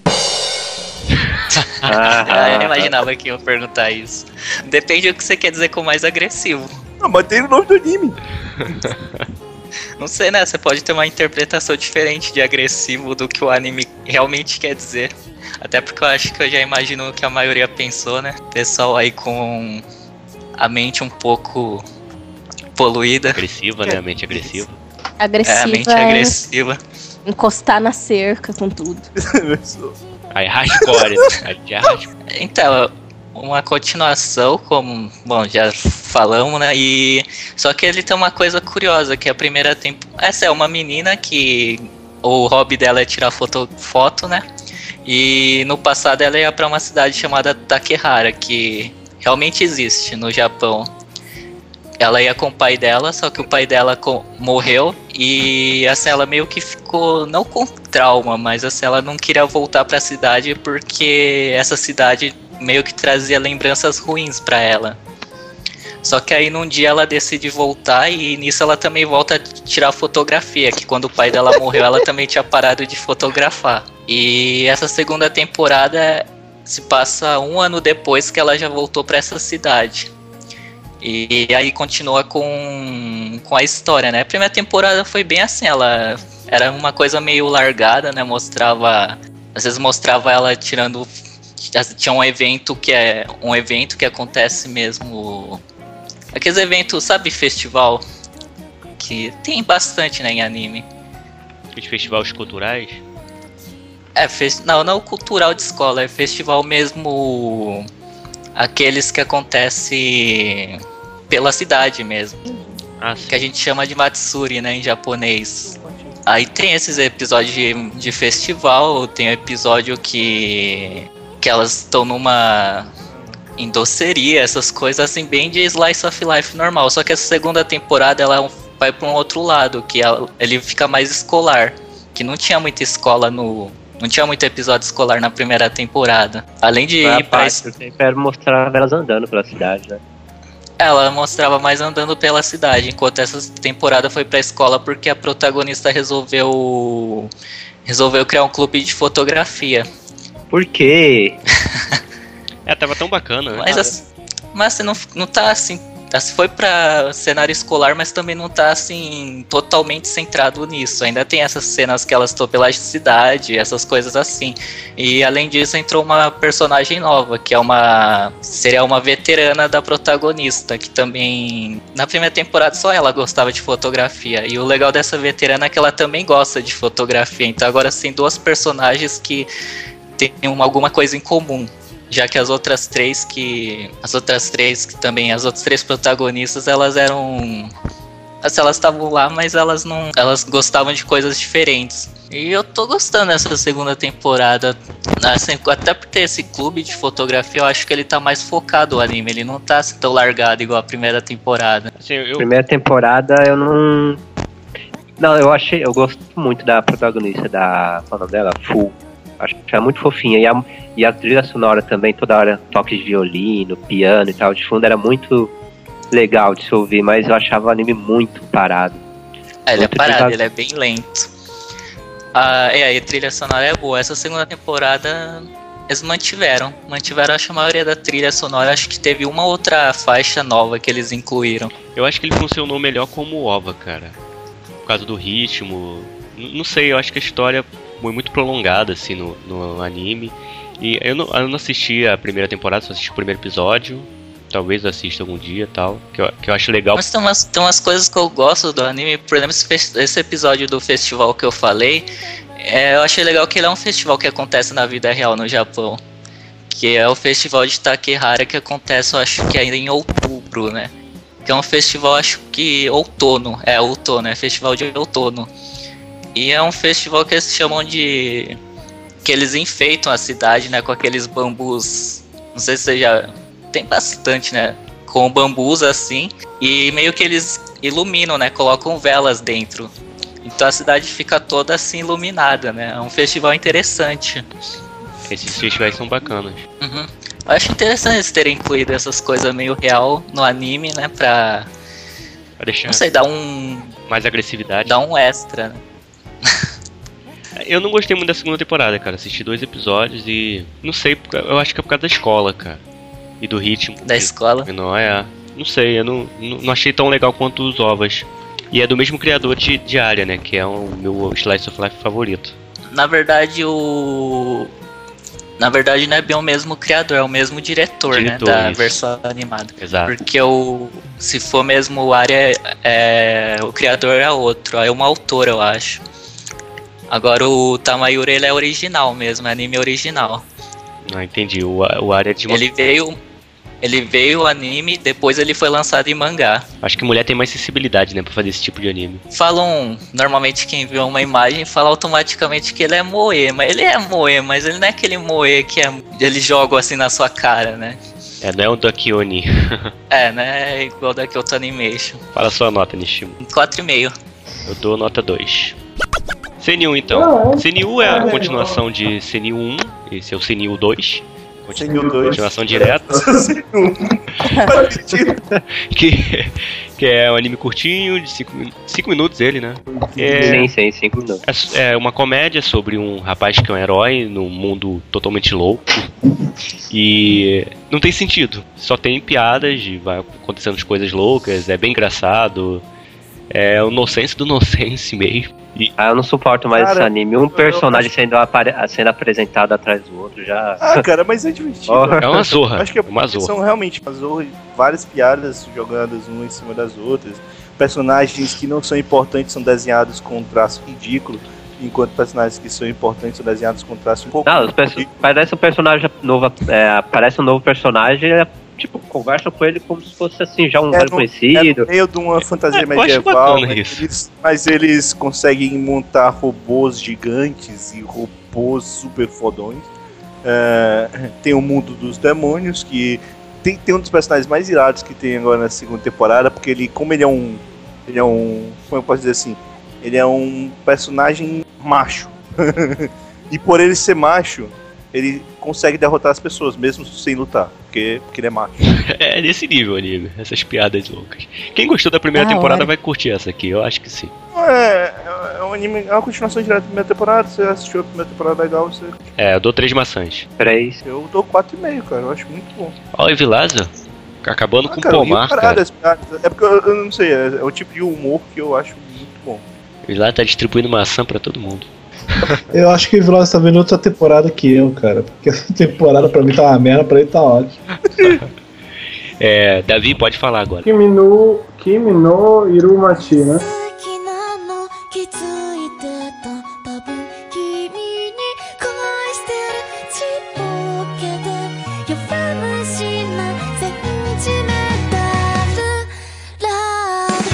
[SPEAKER 5] Ah,
[SPEAKER 7] Ah, eu imaginava que iam perguntar isso. Depende do que você quer dizer com mais agressivo.
[SPEAKER 3] Não, mas tem o nome do anime.
[SPEAKER 7] Não sei, né? Você pode ter uma interpretação diferente de agressivo do que o anime realmente quer dizer. Até porque eu acho que eu já imagino o que a maioria pensou, né? Pessoal aí com a mente um pouco poluída.
[SPEAKER 1] Agressiva, né? A mente agressiva.
[SPEAKER 4] Agressiva.
[SPEAKER 7] É, a mente agressiva.
[SPEAKER 4] Encostar na cerca com tudo.
[SPEAKER 1] Aí hardcore, aí já é hardcore.
[SPEAKER 7] Então, uma continuação, como, bom, já falamos, né? E só que ele tem uma coisa curiosa, que a primeira tempo, essa é uma menina que o hobby dela é tirar foto, foto, né? E no passado ela ia para uma cidade chamada Takehara, que realmente existe no Japão. Ela ia com o pai dela, só que o pai dela com, morreu e assim, ela meio que ficou, não com trauma, mas assim, ela não queria voltar para a cidade porque essa cidade meio que trazia lembranças ruins para ela. Só que aí num dia ela decide voltar e nisso ela também volta a tirar fotografia, que quando o pai dela morreu ela também tinha parado de fotografar. E essa segunda temporada se passa um ano depois que ela já voltou para essa cidade. E aí continua com, com a história, né? A primeira temporada foi bem assim, ela era uma coisa meio largada, né? Mostrava, às vezes mostrava ela tirando, tinha um evento que é um evento que acontece mesmo, aqueles eventos, sabe, festival que tem bastante, né, em anime.
[SPEAKER 1] Os festivais culturais?
[SPEAKER 7] É, fest... não, não cultural de escola, é festival mesmo, aqueles que acontece pela cidade mesmo.
[SPEAKER 1] Ah,
[SPEAKER 7] que a gente chama de Matsuri, né, em japonês. Aí tem esses episódios de, de festival, tem um episódio que que elas estão numa em doceria, essas coisas assim, bem de slice of life normal. Só que essa segunda temporada ela vai para um outro lado, que ela, ele fica mais escolar, que não tinha muita escola no Não tinha muito episódio escolar na primeira temporada. Além de
[SPEAKER 5] A
[SPEAKER 7] ir pra
[SPEAKER 5] parte eu sempre mostrava elas andando pela cidade, né?
[SPEAKER 7] Ela mostrava mais andando pela cidade, enquanto essa temporada foi pra escola porque a protagonista resolveu resolveu criar um clube de fotografia.
[SPEAKER 5] Por quê?
[SPEAKER 1] É, tava tão bacana, né?
[SPEAKER 7] Mas, assim, mas assim, não, não tá assim, assim, foi pra cenário escolar, mas também não tá assim totalmente centrado nisso. Ainda tem essas cenas que elas estão pela cidade, essas coisas assim. E além disso entrou uma personagem nova, que é uma seria uma veterana da protagonista, que também na primeira temporada só ela gostava de fotografia. E o legal dessa veterana é que ela também gosta de fotografia. Então agora tem duas personagens que têm uma, alguma coisa em comum. Já que as outras três que... As outras três que também... As outras três protagonistas, elas eram... Assim, elas estavam lá, mas elas não... Elas gostavam de coisas diferentes. E eu tô gostando dessa segunda temporada. Assim, até por ter esse clube de fotografia, eu acho que ele tá mais focado no anime. Ele não tá assim, tão largado igual a primeira temporada.
[SPEAKER 1] Assim, eu...
[SPEAKER 5] Primeira temporada eu não... Não, eu achei... Eu gosto muito da protagonista da... Qual é o nome dela? Fu. Acho que é muito fofinha. E a, e a trilha sonora também, toda hora toques de violino, piano e tal, de fundo, era muito legal de se ouvir, mas eu achava o anime muito parado.
[SPEAKER 7] É, ele é
[SPEAKER 5] Muito
[SPEAKER 7] parado,
[SPEAKER 5] devagar.
[SPEAKER 7] ele é bem lento. Ah, é, a trilha sonora é boa. Essa segunda temporada eles mantiveram. Mantiveram, acho, a maioria da trilha sonora. Acho que teve uma outra faixa nova que eles incluíram.
[SPEAKER 1] eu acho que ele funcionou melhor como ova, cara. Por causa do ritmo. N- não sei, eu acho que a história foi muito prolongada, assim, no, no anime. E eu não, eu não assisti a primeira temporada, só assisti o primeiro episódio. Talvez eu assista algum dia e tal. Que eu, que eu acho legal.
[SPEAKER 7] Mas tem umas, tem umas coisas que eu gosto do anime. Por exemplo, esse, fes- esse episódio do festival que eu falei, é, eu achei legal que ele é um festival que acontece na vida real no Japão. Que é o festival de Takehara, que acontece, eu acho que ainda em outubro, né? Que é um festival, acho que outono. É, outono, é festival de outono. E é um festival que eles chamam de... Que eles enfeitam a cidade, né? Com aqueles bambus... Não sei se você já... Tem bastante, né? Com bambus assim. E meio que eles iluminam, né? Colocam velas dentro. Então a cidade fica toda assim iluminada, né? É um festival interessante.
[SPEAKER 1] Esses festivais são bacanas.
[SPEAKER 7] Uhum. Eu acho interessante eles terem incluído essas coisas meio real no anime, né? Pra...
[SPEAKER 1] Pra deixar
[SPEAKER 7] Não sei, dar um...
[SPEAKER 1] mais agressividade.
[SPEAKER 7] Dar um extra, né?
[SPEAKER 1] Eu não gostei muito da segunda temporada, cara. Assisti dois episódios e... Não sei, eu acho que é por causa da escola, cara. E do ritmo.
[SPEAKER 7] Da
[SPEAKER 1] que-
[SPEAKER 7] escola.
[SPEAKER 1] Não é... Não sei, eu não, não não achei tão legal quanto os ovas. E é do mesmo criador de, de Aria, né? Que é o meu Slice of Life favorito.
[SPEAKER 7] Na verdade, o... Na verdade, não é bem o mesmo criador, é o mesmo diretor,
[SPEAKER 1] Diretor,
[SPEAKER 7] né? Da
[SPEAKER 1] isso.
[SPEAKER 7] versão animada.
[SPEAKER 1] Exato.
[SPEAKER 7] Porque o... Se for mesmo o Aria, é... o criador é outro, é uma autora, eu acho. Agora o Tamayura, ele é original mesmo, é anime original.
[SPEAKER 1] Ah, entendi. O, o Aria é de uma...
[SPEAKER 7] Ele veio... Ele veio o anime, depois ele foi lançado em mangá.
[SPEAKER 1] Acho que mulher tem mais sensibilidade, né? Pra fazer esse tipo de anime.
[SPEAKER 7] Falam, normalmente quem vê uma imagem fala automaticamente que ele é moe, mas ele é moe, mas ele não é aquele moe que é, eles jogam assim na sua cara, né?
[SPEAKER 1] É, não é um Dakioni.
[SPEAKER 7] É, né? É igual da Kyoto Animation.
[SPEAKER 1] Fala a sua nota, Nishimo.
[SPEAKER 7] quatro e meio.
[SPEAKER 1] Eu dou nota dois. C N U então. C N U é a continuação de C N U um. Esse é o C N U dois.
[SPEAKER 3] C N U dois.
[SPEAKER 1] Continuação direta.
[SPEAKER 3] C N U um. Faz sentido.
[SPEAKER 1] que, que é um anime curtinho, de cinco minutos ele, né? É,
[SPEAKER 5] Sim, sim, cinco minutos.
[SPEAKER 1] é, é uma comédia sobre um rapaz que é um herói num mundo totalmente louco. E não tem sentido. Só tem piadas, e vai acontecendo as coisas loucas, é bem engraçado. É o nonsense do nonsense meio. E,
[SPEAKER 5] Ah, eu não suporto mais
[SPEAKER 3] Cara,
[SPEAKER 5] esse anime. Um
[SPEAKER 3] eu-
[SPEAKER 5] personagem
[SPEAKER 3] eu
[SPEAKER 5] sendo, apare- sendo apresentado atrás do outro já.
[SPEAKER 3] Ah, cara, mas é divertido.
[SPEAKER 5] Oh.
[SPEAKER 1] é uma zorra.
[SPEAKER 3] Acho que é
[SPEAKER 1] uma
[SPEAKER 3] porque
[SPEAKER 1] zorra.
[SPEAKER 3] são realmente uma zorra, várias piadas jogadas uma em cima das outras. Personagens que não são importantes são desenhados com um traço ridículo, enquanto personagens que são importantes são desenhados com um traço um pouco
[SPEAKER 5] Não, os perso- parece um personagem novo. É, aparece um novo personagem. É, tipo, conversa com ele como se fosse assim, já um
[SPEAKER 3] É
[SPEAKER 5] velho
[SPEAKER 3] no-
[SPEAKER 5] conhecido.
[SPEAKER 3] É no meio de uma fantasia
[SPEAKER 1] É, eu acho
[SPEAKER 3] medieval,
[SPEAKER 1] bacana
[SPEAKER 3] mas
[SPEAKER 1] isso.
[SPEAKER 3] eles, mas eles conseguem montar robôs gigantes e robôs super fodões. É, tem o mundo dos demônios, que tem, tem um dos personagens mais irados que tem agora na segunda temporada, porque ele, como ele é um. Ele é um. Como eu posso dizer assim? Ele é um personagem macho. E por ele ser macho, ele consegue derrotar as pessoas, mesmo sem lutar. Porque, porque ele é macho.
[SPEAKER 1] É nesse nível o anime, essas piadas loucas. Quem gostou da primeira
[SPEAKER 4] Ah,
[SPEAKER 1] temporada
[SPEAKER 4] olha.
[SPEAKER 1] vai curtir essa aqui, eu acho que sim.
[SPEAKER 3] É, é um anime, é uma continuação direta da primeira temporada. Você assistiu a primeira temporada legal, você.
[SPEAKER 1] É, eu dou três maçãs.
[SPEAKER 5] Três.
[SPEAKER 3] Eu dou quatro e meio, cara. Eu acho muito bom.
[SPEAKER 1] Ó, o Evilásio, acabando com o
[SPEAKER 3] Ah, cara,
[SPEAKER 1] pomar,
[SPEAKER 3] e parada,
[SPEAKER 1] cara.
[SPEAKER 3] as piadas. É porque eu, eu não sei, é, é o tipo de humor que eu acho muito bom.
[SPEAKER 1] O Evilásio tá distribuindo maçã pra todo mundo.
[SPEAKER 6] Eu acho que o Veloz tá vendo outra temporada que eu, cara. Porque essa temporada pra mim tá uma merda, pra ele tá ótimo.
[SPEAKER 1] É, Davi, pode falar agora.
[SPEAKER 9] Kimi no, Kimi no Irumachi, né?
[SPEAKER 8] 好きなの気づいてた多分君に恋してるちっぽけで弱虫なセンチメンタルラブ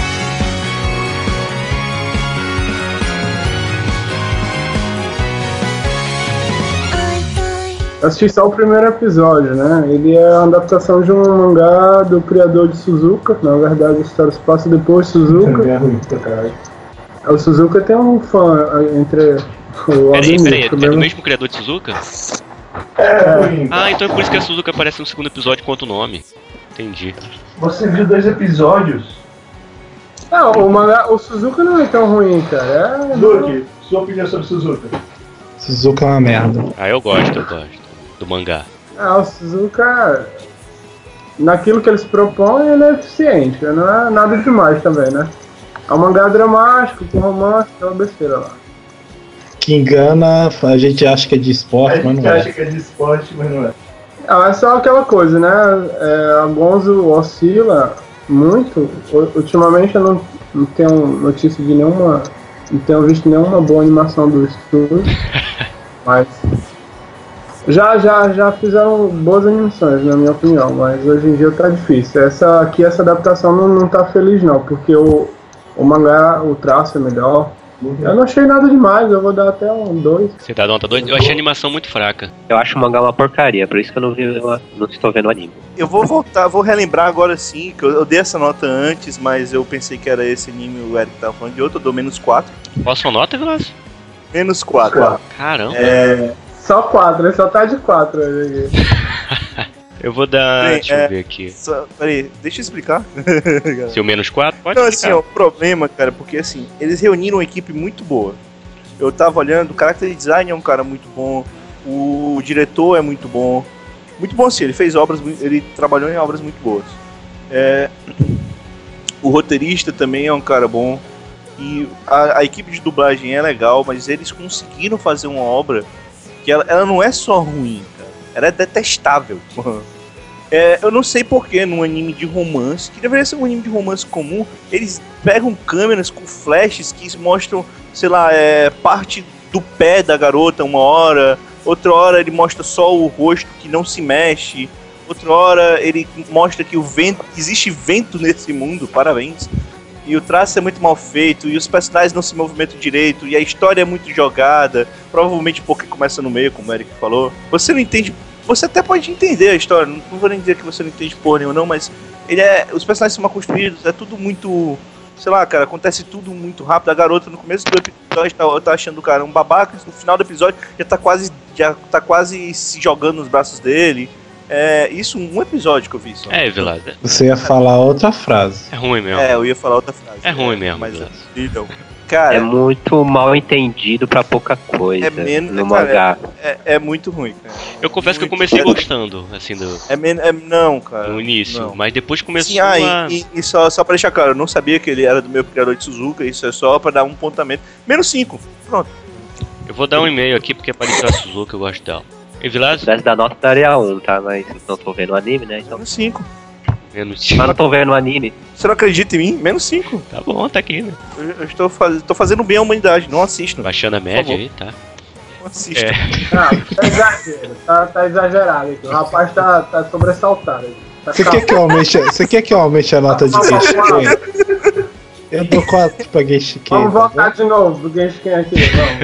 [SPEAKER 9] Eu assisti só o primeiro episódio, né? Ele é uma adaptação de um mangá do criador de Suzuka. Na verdade, a história se passa depois de Suzuka.
[SPEAKER 6] É ruim pra caralho.
[SPEAKER 9] O Suzuka tem um fã entre o
[SPEAKER 1] Peraí,
[SPEAKER 9] Alden
[SPEAKER 1] peraí,
[SPEAKER 9] Nico,
[SPEAKER 1] é
[SPEAKER 9] né?
[SPEAKER 1] do mesmo criador de Suzuka?
[SPEAKER 6] É ruim.
[SPEAKER 1] Ah, então é por isso que a Suzuka aparece no segundo episódio com outro nome. Entendi.
[SPEAKER 6] Você viu dois episódios?
[SPEAKER 9] Não, o mangá, o Suzuka não é tão ruim, cara. É...
[SPEAKER 6] Luke, sua opinião sobre Suzuka? Suzuka é uma merda.
[SPEAKER 1] Ah, eu gosto, eu gosto. Do mangá.
[SPEAKER 9] Ah, o Suzuka, naquilo que ele se propõe, ele é eficiente. Não é nada demais também, né? É um mangá dramático, com romance, aquela besteira lá.
[SPEAKER 6] Que engana, a gente acha que é de esporte, mas não é.
[SPEAKER 10] que é de esporte, mas não é.
[SPEAKER 9] Ah, é só aquela coisa, né? É, a Gonzo oscila muito. U- Ultimamente eu não, não tenho notícia de nenhuma. Não tenho visto nenhuma boa animação do estúdio. Mas. Já, já, já fizeram boas animações, na minha opinião, mas hoje em dia tá difícil. Essa aqui, essa adaptação não, não tá feliz não, porque o, o mangá, o traço é melhor. Eu não achei nada demais, eu vou dar até um dois.
[SPEAKER 1] Você dá nota dois? Eu achei a animação muito fraca.
[SPEAKER 5] Eu acho o mangá uma porcaria, por isso que eu não, vi, eu não estou vendo o anime.
[SPEAKER 3] Eu vou voltar, vou relembrar agora sim, que eu, eu dei essa nota antes, mas eu pensei que era esse anime, o Eric tava falando de outro, eu dou menos quatro.
[SPEAKER 1] Qual a sua nota, Vilas?
[SPEAKER 3] Menos quatro.
[SPEAKER 1] Caramba.
[SPEAKER 3] É,
[SPEAKER 9] Só quatro, ele só tá de quatro. Ele...
[SPEAKER 1] Eu vou dar.
[SPEAKER 3] Bem,
[SPEAKER 1] deixa
[SPEAKER 3] é,
[SPEAKER 1] eu ver aqui.
[SPEAKER 3] só, peraí, deixa eu explicar.
[SPEAKER 1] Seu menos quatro? Pode
[SPEAKER 3] Não,
[SPEAKER 1] explicar.
[SPEAKER 3] assim, ó, o problema, cara, porque assim, eles reuniram uma equipe muito boa. Eu tava olhando, o character design é um cara muito bom, o diretor é muito bom. Muito bom sim, ele fez obras, mui- ele trabalhou em obras muito boas. É, O roteirista também é um cara bom. E a, a equipe de dublagem é legal, mas eles conseguiram fazer uma obra que ela, ela não é só ruim, cara. Ela é detestável. É, eu não sei porquê num anime de romance, que deveria ser um anime de romance comum, eles pegam câmeras com flashes que mostram, sei lá, é, parte do pé da garota uma hora, outra hora ele mostra só o rosto que não se mexe, outra hora ele mostra que o vento, existe vento nesse mundo, parabéns. E o traço é muito mal feito, e os personagens não se movimentam direito, e a história é muito jogada, provavelmente porque começa no meio, como o Eric falou. Você não entende, você até pode entender a história, não, não vou nem dizer que você não entende porra nenhuma não, mas ele é, os personagens são mal construídos, é tudo muito, sei lá, cara, acontece tudo muito rápido. A garota no começo do episódio tá, tá achando o cara um babaca, no final do episódio já tá quase, já tá quase se jogando nos braços dele. É, isso um episódio que eu vi só.
[SPEAKER 1] É, Vilas.
[SPEAKER 6] Você ia falar outra frase.
[SPEAKER 1] É ruim mesmo.
[SPEAKER 3] É, eu ia falar outra frase.
[SPEAKER 1] É ruim mesmo,
[SPEAKER 3] Mas,
[SPEAKER 1] Vilas.
[SPEAKER 3] então, cara,
[SPEAKER 5] É muito mal entendido pra pouca coisa
[SPEAKER 3] é menos,
[SPEAKER 5] no
[SPEAKER 3] cara,
[SPEAKER 5] mangá.
[SPEAKER 3] É, é muito ruim, cara.
[SPEAKER 1] Eu confesso que eu
[SPEAKER 3] Muito.
[SPEAKER 1] comecei
[SPEAKER 3] É-
[SPEAKER 1] gostando, assim, do,
[SPEAKER 3] É, men é não, cara.
[SPEAKER 1] no início.
[SPEAKER 3] não.
[SPEAKER 1] Mas depois começou
[SPEAKER 3] Sim, ah,
[SPEAKER 1] a...
[SPEAKER 3] e, e, e só, só pra deixar claro, eu não sabia que ele era do meu criador de Suzuka, isso é só pra dar um pontamento. Menos cinco, pronto.
[SPEAKER 1] Eu vou dar um e-mail aqui porque apareceu a Suzuka, eu gosto dela. E Vilas?
[SPEAKER 5] Se pudesse dar nota, daria um, tá? Mas não tô vendo o anime, né? Então...
[SPEAKER 3] Menos cinco.
[SPEAKER 1] Menos...
[SPEAKER 5] Mas não tô vendo o anime.
[SPEAKER 3] Você não acredita em mim? Menos cinco.
[SPEAKER 1] Tá bom, tá aqui, né?
[SPEAKER 3] Eu, eu estou faz, tô fazendo bem à humanidade, não assisto.
[SPEAKER 1] Baixando a média
[SPEAKER 3] favor.
[SPEAKER 1] aí, tá?
[SPEAKER 3] Não assisto.
[SPEAKER 1] É.
[SPEAKER 9] Não, tá exagero. Tá, tá exagerado aqui. O rapaz tá, tá sobressaltado aqui. Tá
[SPEAKER 6] Você
[SPEAKER 9] calmo.
[SPEAKER 6] quer que eu aumente, você quer que eu aumente a nota de Genshiken? Eu dou quatro pra Genshiken.
[SPEAKER 9] Vamos
[SPEAKER 6] tá
[SPEAKER 9] voltar
[SPEAKER 6] bom?
[SPEAKER 9] de novo do Genshiken aqui.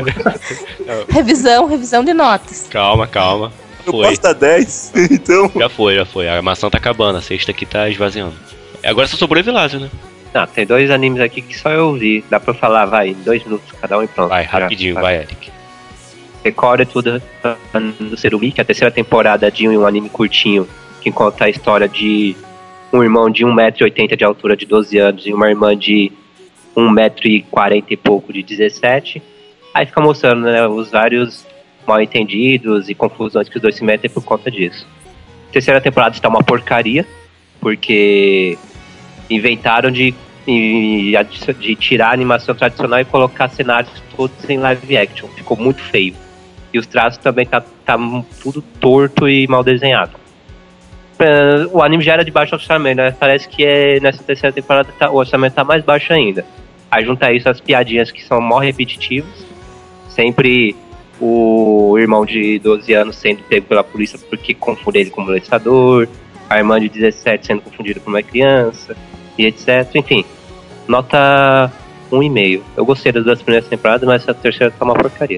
[SPEAKER 9] Vamos.
[SPEAKER 4] Revisão, revisão de notas.
[SPEAKER 1] Calma, calma.
[SPEAKER 3] Eu
[SPEAKER 1] Foi.
[SPEAKER 3] posso dar dez, então.
[SPEAKER 1] Já foi, já foi. A maçã tá acabando, a sexta aqui tá esvaziando. Agora só sobrou o Evilásio, né?
[SPEAKER 5] Não, tem dois animes aqui que só eu vi. Dá pra eu falar, vai, em dois minutos cada um e pronto.
[SPEAKER 1] Vai,
[SPEAKER 5] Já,
[SPEAKER 1] rapidinho, vai, Eric.
[SPEAKER 5] Record tudo do Serumi, que é a terceira temporada de um anime curtinho que conta a história de um irmão de um metro e oitenta de altura de doze anos e uma irmã de um metro e quarenta e pouco de dezessete. Aí fica mostrando, né, os vários mal entendidos e confusões que os dois se metem por conta disso. A terceira temporada está uma porcaria, porque inventaram de, de, de tirar a animação tradicional e colocar cenários todos em live action. Ficou muito feio. E os traços também tá, tá tudo torto e mal desenhado. Uh, o anime já era de baixo orçamento, né? Parece que é, nessa terceira temporada tá, o orçamento tá mais baixo ainda. Aí junta isso as piadinhas que são mó repetitivas. Sempre o irmão de doze anos sendo pego pela polícia porque confunde ele com um molestador, a irmã de dezessete sendo confundida com uma criança, e etcétera. Enfim, nota um e meio. Eu gostei das duas primeiras temporadas, mas essa terceira tá uma porcaria.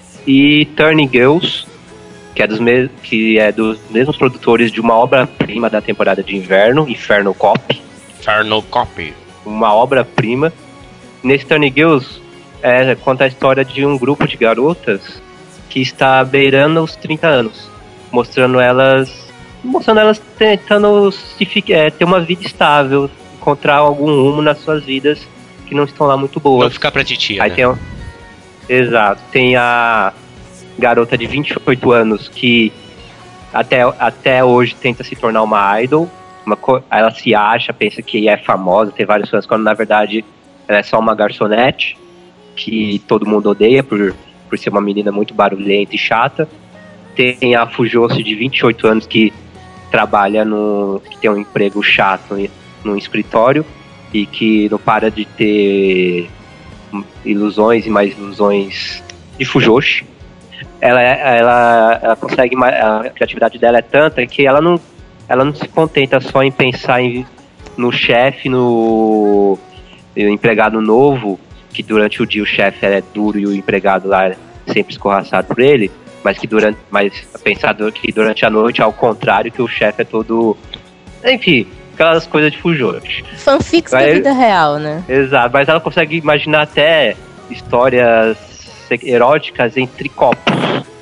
[SPEAKER 5] E Turning Girls, que é dos, me- que é dos mesmos produtores de uma obra-prima da temporada de inverno, Inferno Cop.
[SPEAKER 1] Inferno Copy.
[SPEAKER 5] Uma obra-prima. Nesse Turning Girls, é, conta a história de um grupo de garotas que está beirando os trinta anos, mostrando elas, mostrando elas tentando se, fi- é, ter uma vida estável, encontrar algum rumo nas suas vidas que não estão lá muito boas.
[SPEAKER 1] Não ficar pra titia,
[SPEAKER 5] Aí
[SPEAKER 1] né?
[SPEAKER 5] tem, um- exato, tem a garota de vinte e oito anos que até, até hoje tenta se tornar uma idol. Uma co- ela se acha, pensa que é famosa, tem vários fãs, quando na verdade ela é só uma garçonete que todo mundo odeia por, por ser uma menina muito barulhenta e chata. Tem a Fujose de vinte e oito anos que trabalha no, que tem um emprego chato em- num escritório e que não para de ter ilusões e mais ilusões de Fujoshi. Ela, é- ela, ela consegue, ma- a criatividade dela é tanta que ela não, ela não se contenta só em pensar em, no chefe, no, no empregado novo, que durante o dia o chefe é duro e o empregado lá é sempre escorraçado por ele, mas que durante, mas pensar que durante a noite, ao contrário, que o chefe é todo, enfim, aquelas coisas de Fujoshi.
[SPEAKER 4] Fanfics da
[SPEAKER 5] Vai-
[SPEAKER 4] vida real, né?
[SPEAKER 5] Exato, mas ela consegue imaginar até histórias se- eróticas entre copos.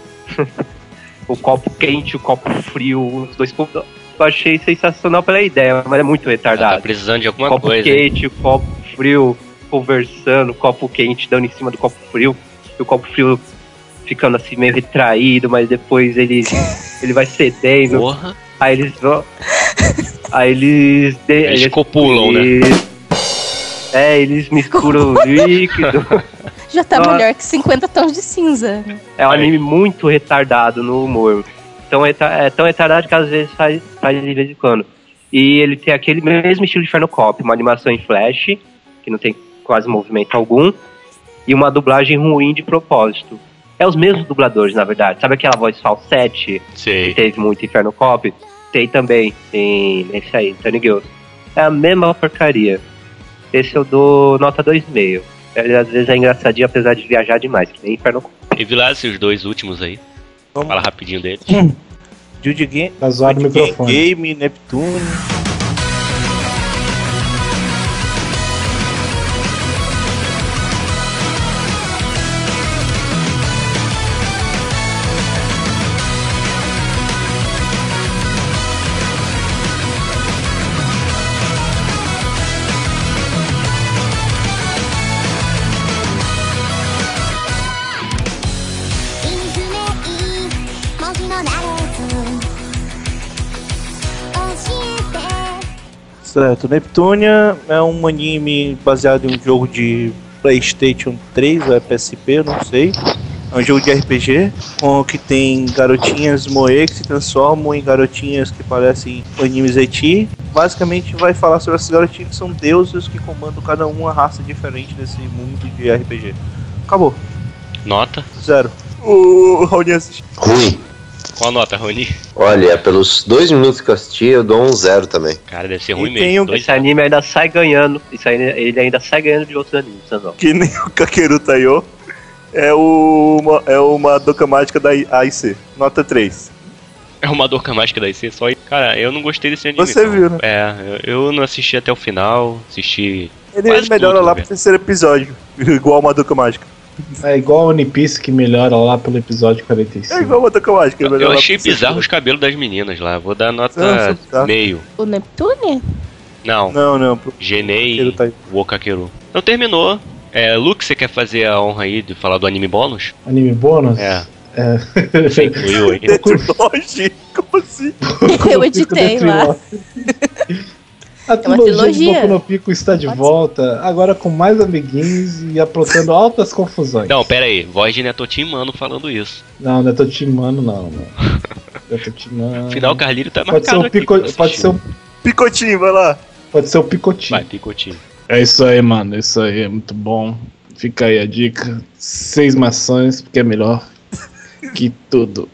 [SPEAKER 5] O copo quente, o copo frio, os dois copos. Eu achei sensacional pela ideia, mas é muito
[SPEAKER 1] Ela
[SPEAKER 5] retardado.
[SPEAKER 1] tá precisando de alguma
[SPEAKER 5] Copo
[SPEAKER 1] coisa. hein?
[SPEAKER 5] quente, o copo frio, conversando, o copo quente dando em cima do copo frio, e o copo frio ficando assim meio retraído, mas depois ele, ele vai cedendo.
[SPEAKER 1] Porra.
[SPEAKER 5] Aí eles vão. Aí eles. de-
[SPEAKER 1] Eles copulam, né?
[SPEAKER 5] eles- É, eles misturam líquido.
[SPEAKER 4] Já tá
[SPEAKER 5] Nossa.
[SPEAKER 4] melhor que cinquenta tons de cinza.
[SPEAKER 5] É um anime muito retardado no humor. Tão reta- é tão retardado que às vezes faz, faz de vez em quando. E ele tem aquele mesmo estilo de Inferno Cop, uma animação em flash, que não tem quase movimento algum, e uma dublagem ruim de propósito. É os mesmos dubladores, na verdade. Sabe aquela voz falsete que
[SPEAKER 1] Sei.
[SPEAKER 5] teve muito Inferno Cop? Tem também, tem nesse aí, Tony Girls. É a mesma porcaria. Esse eu dou nota dois vírgula cinco. Ele às vezes é engraçadinho, apesar de viajar demais, que nem Inferno Cop.
[SPEAKER 1] E Vilas, os dois últimos aí.
[SPEAKER 3] Vamos.
[SPEAKER 1] Fala rapidinho deles.
[SPEAKER 3] Judy Game,
[SPEAKER 6] Tá zoado o
[SPEAKER 3] Judy
[SPEAKER 6] microfone.
[SPEAKER 3] Game, Neptune. Certo, Neptunia é um anime baseado em um jogo de PlayStation três ou é P S P, eu não sei. É um jogo de R P G, com que tem garotinhas moe que se transformam em garotinhas que parecem animes eti. Basicamente vai falar sobre essas garotinhas que são deuses que comandam cada uma raça diferente nesse mundo de R P G. Acabou.
[SPEAKER 1] Nota?
[SPEAKER 3] Zero. O Raoni assistiu.
[SPEAKER 2] Ruim.
[SPEAKER 1] Qual a nota, Rony?
[SPEAKER 2] Olha, pelos dois minutos que eu assisti, eu dou um zero também.
[SPEAKER 1] Cara, deve ser
[SPEAKER 3] E
[SPEAKER 1] ruim
[SPEAKER 3] tem
[SPEAKER 1] mesmo.
[SPEAKER 3] um-
[SPEAKER 1] Dois
[SPEAKER 5] Esse anime ainda sai ganhando. Isso aí, ele ainda sai ganhando de outros animes, não.
[SPEAKER 3] Que nem o Kakeru Taiyo. É o, uma, é uma doca mágica da A I C. Nota três.
[SPEAKER 1] É uma dor mágica da I C só. Cara, eu não gostei desse anime.
[SPEAKER 3] Você
[SPEAKER 1] não.
[SPEAKER 3] viu, né?
[SPEAKER 1] É, eu eu não assisti até o final. Assisti.
[SPEAKER 3] Ele
[SPEAKER 1] Quase
[SPEAKER 3] melhora
[SPEAKER 1] tudo,
[SPEAKER 3] lá
[SPEAKER 1] velho.
[SPEAKER 3] pro terceiro episódio. Igual uma doca mágica.
[SPEAKER 6] É igual o One Piece que melhora lá pelo episódio quarenta e
[SPEAKER 3] É
[SPEAKER 6] cinco.
[SPEAKER 3] igual uma doca mágica. ele melhora
[SPEAKER 1] Eu
[SPEAKER 3] lá
[SPEAKER 1] achei
[SPEAKER 3] pro terceiro
[SPEAKER 1] bizarro os
[SPEAKER 3] episódio.
[SPEAKER 1] cabelos das meninas lá. Vou dar
[SPEAKER 3] Não,
[SPEAKER 1] nota
[SPEAKER 3] tá.
[SPEAKER 1] meio.
[SPEAKER 4] O Neptune?
[SPEAKER 1] Não,
[SPEAKER 3] Não, não. Pro... Kakeru
[SPEAKER 1] Genei
[SPEAKER 3] Taiyo.
[SPEAKER 1] Wokakeru. Então terminou. É, Luke, você quer fazer a honra aí de falar do anime bônus?
[SPEAKER 6] Anime bônus?
[SPEAKER 1] É.
[SPEAKER 6] É.
[SPEAKER 1] Você incluiu aí.
[SPEAKER 3] Detroit? Como assim?
[SPEAKER 4] Eu editei lá.
[SPEAKER 6] A
[SPEAKER 4] É uma
[SPEAKER 6] trilogia de
[SPEAKER 4] trilogia.
[SPEAKER 6] Boku no Pico está de
[SPEAKER 4] Pode
[SPEAKER 6] volta, agora com mais amiguinhos e aprontando altas confusões.
[SPEAKER 1] Não, pera aí. Voz de Netotin Mano falando isso.
[SPEAKER 6] Não, não é tô timando, não. não. Eu tô timando.
[SPEAKER 1] Afinal, o Carlírio tá
[SPEAKER 6] Pode ser
[SPEAKER 1] marcado
[SPEAKER 6] o
[SPEAKER 1] aqui.
[SPEAKER 6] pico...
[SPEAKER 1] pra eu
[SPEAKER 6] pode ser
[SPEAKER 1] assistir.
[SPEAKER 6] o...
[SPEAKER 3] Picotinho, vai lá.
[SPEAKER 6] Pode ser o picotinho.
[SPEAKER 1] Vai, picotinho.
[SPEAKER 6] É isso aí, mano. Isso aí é muito bom. Fica aí a dica. Seis maçãs, porque é melhor que tudo.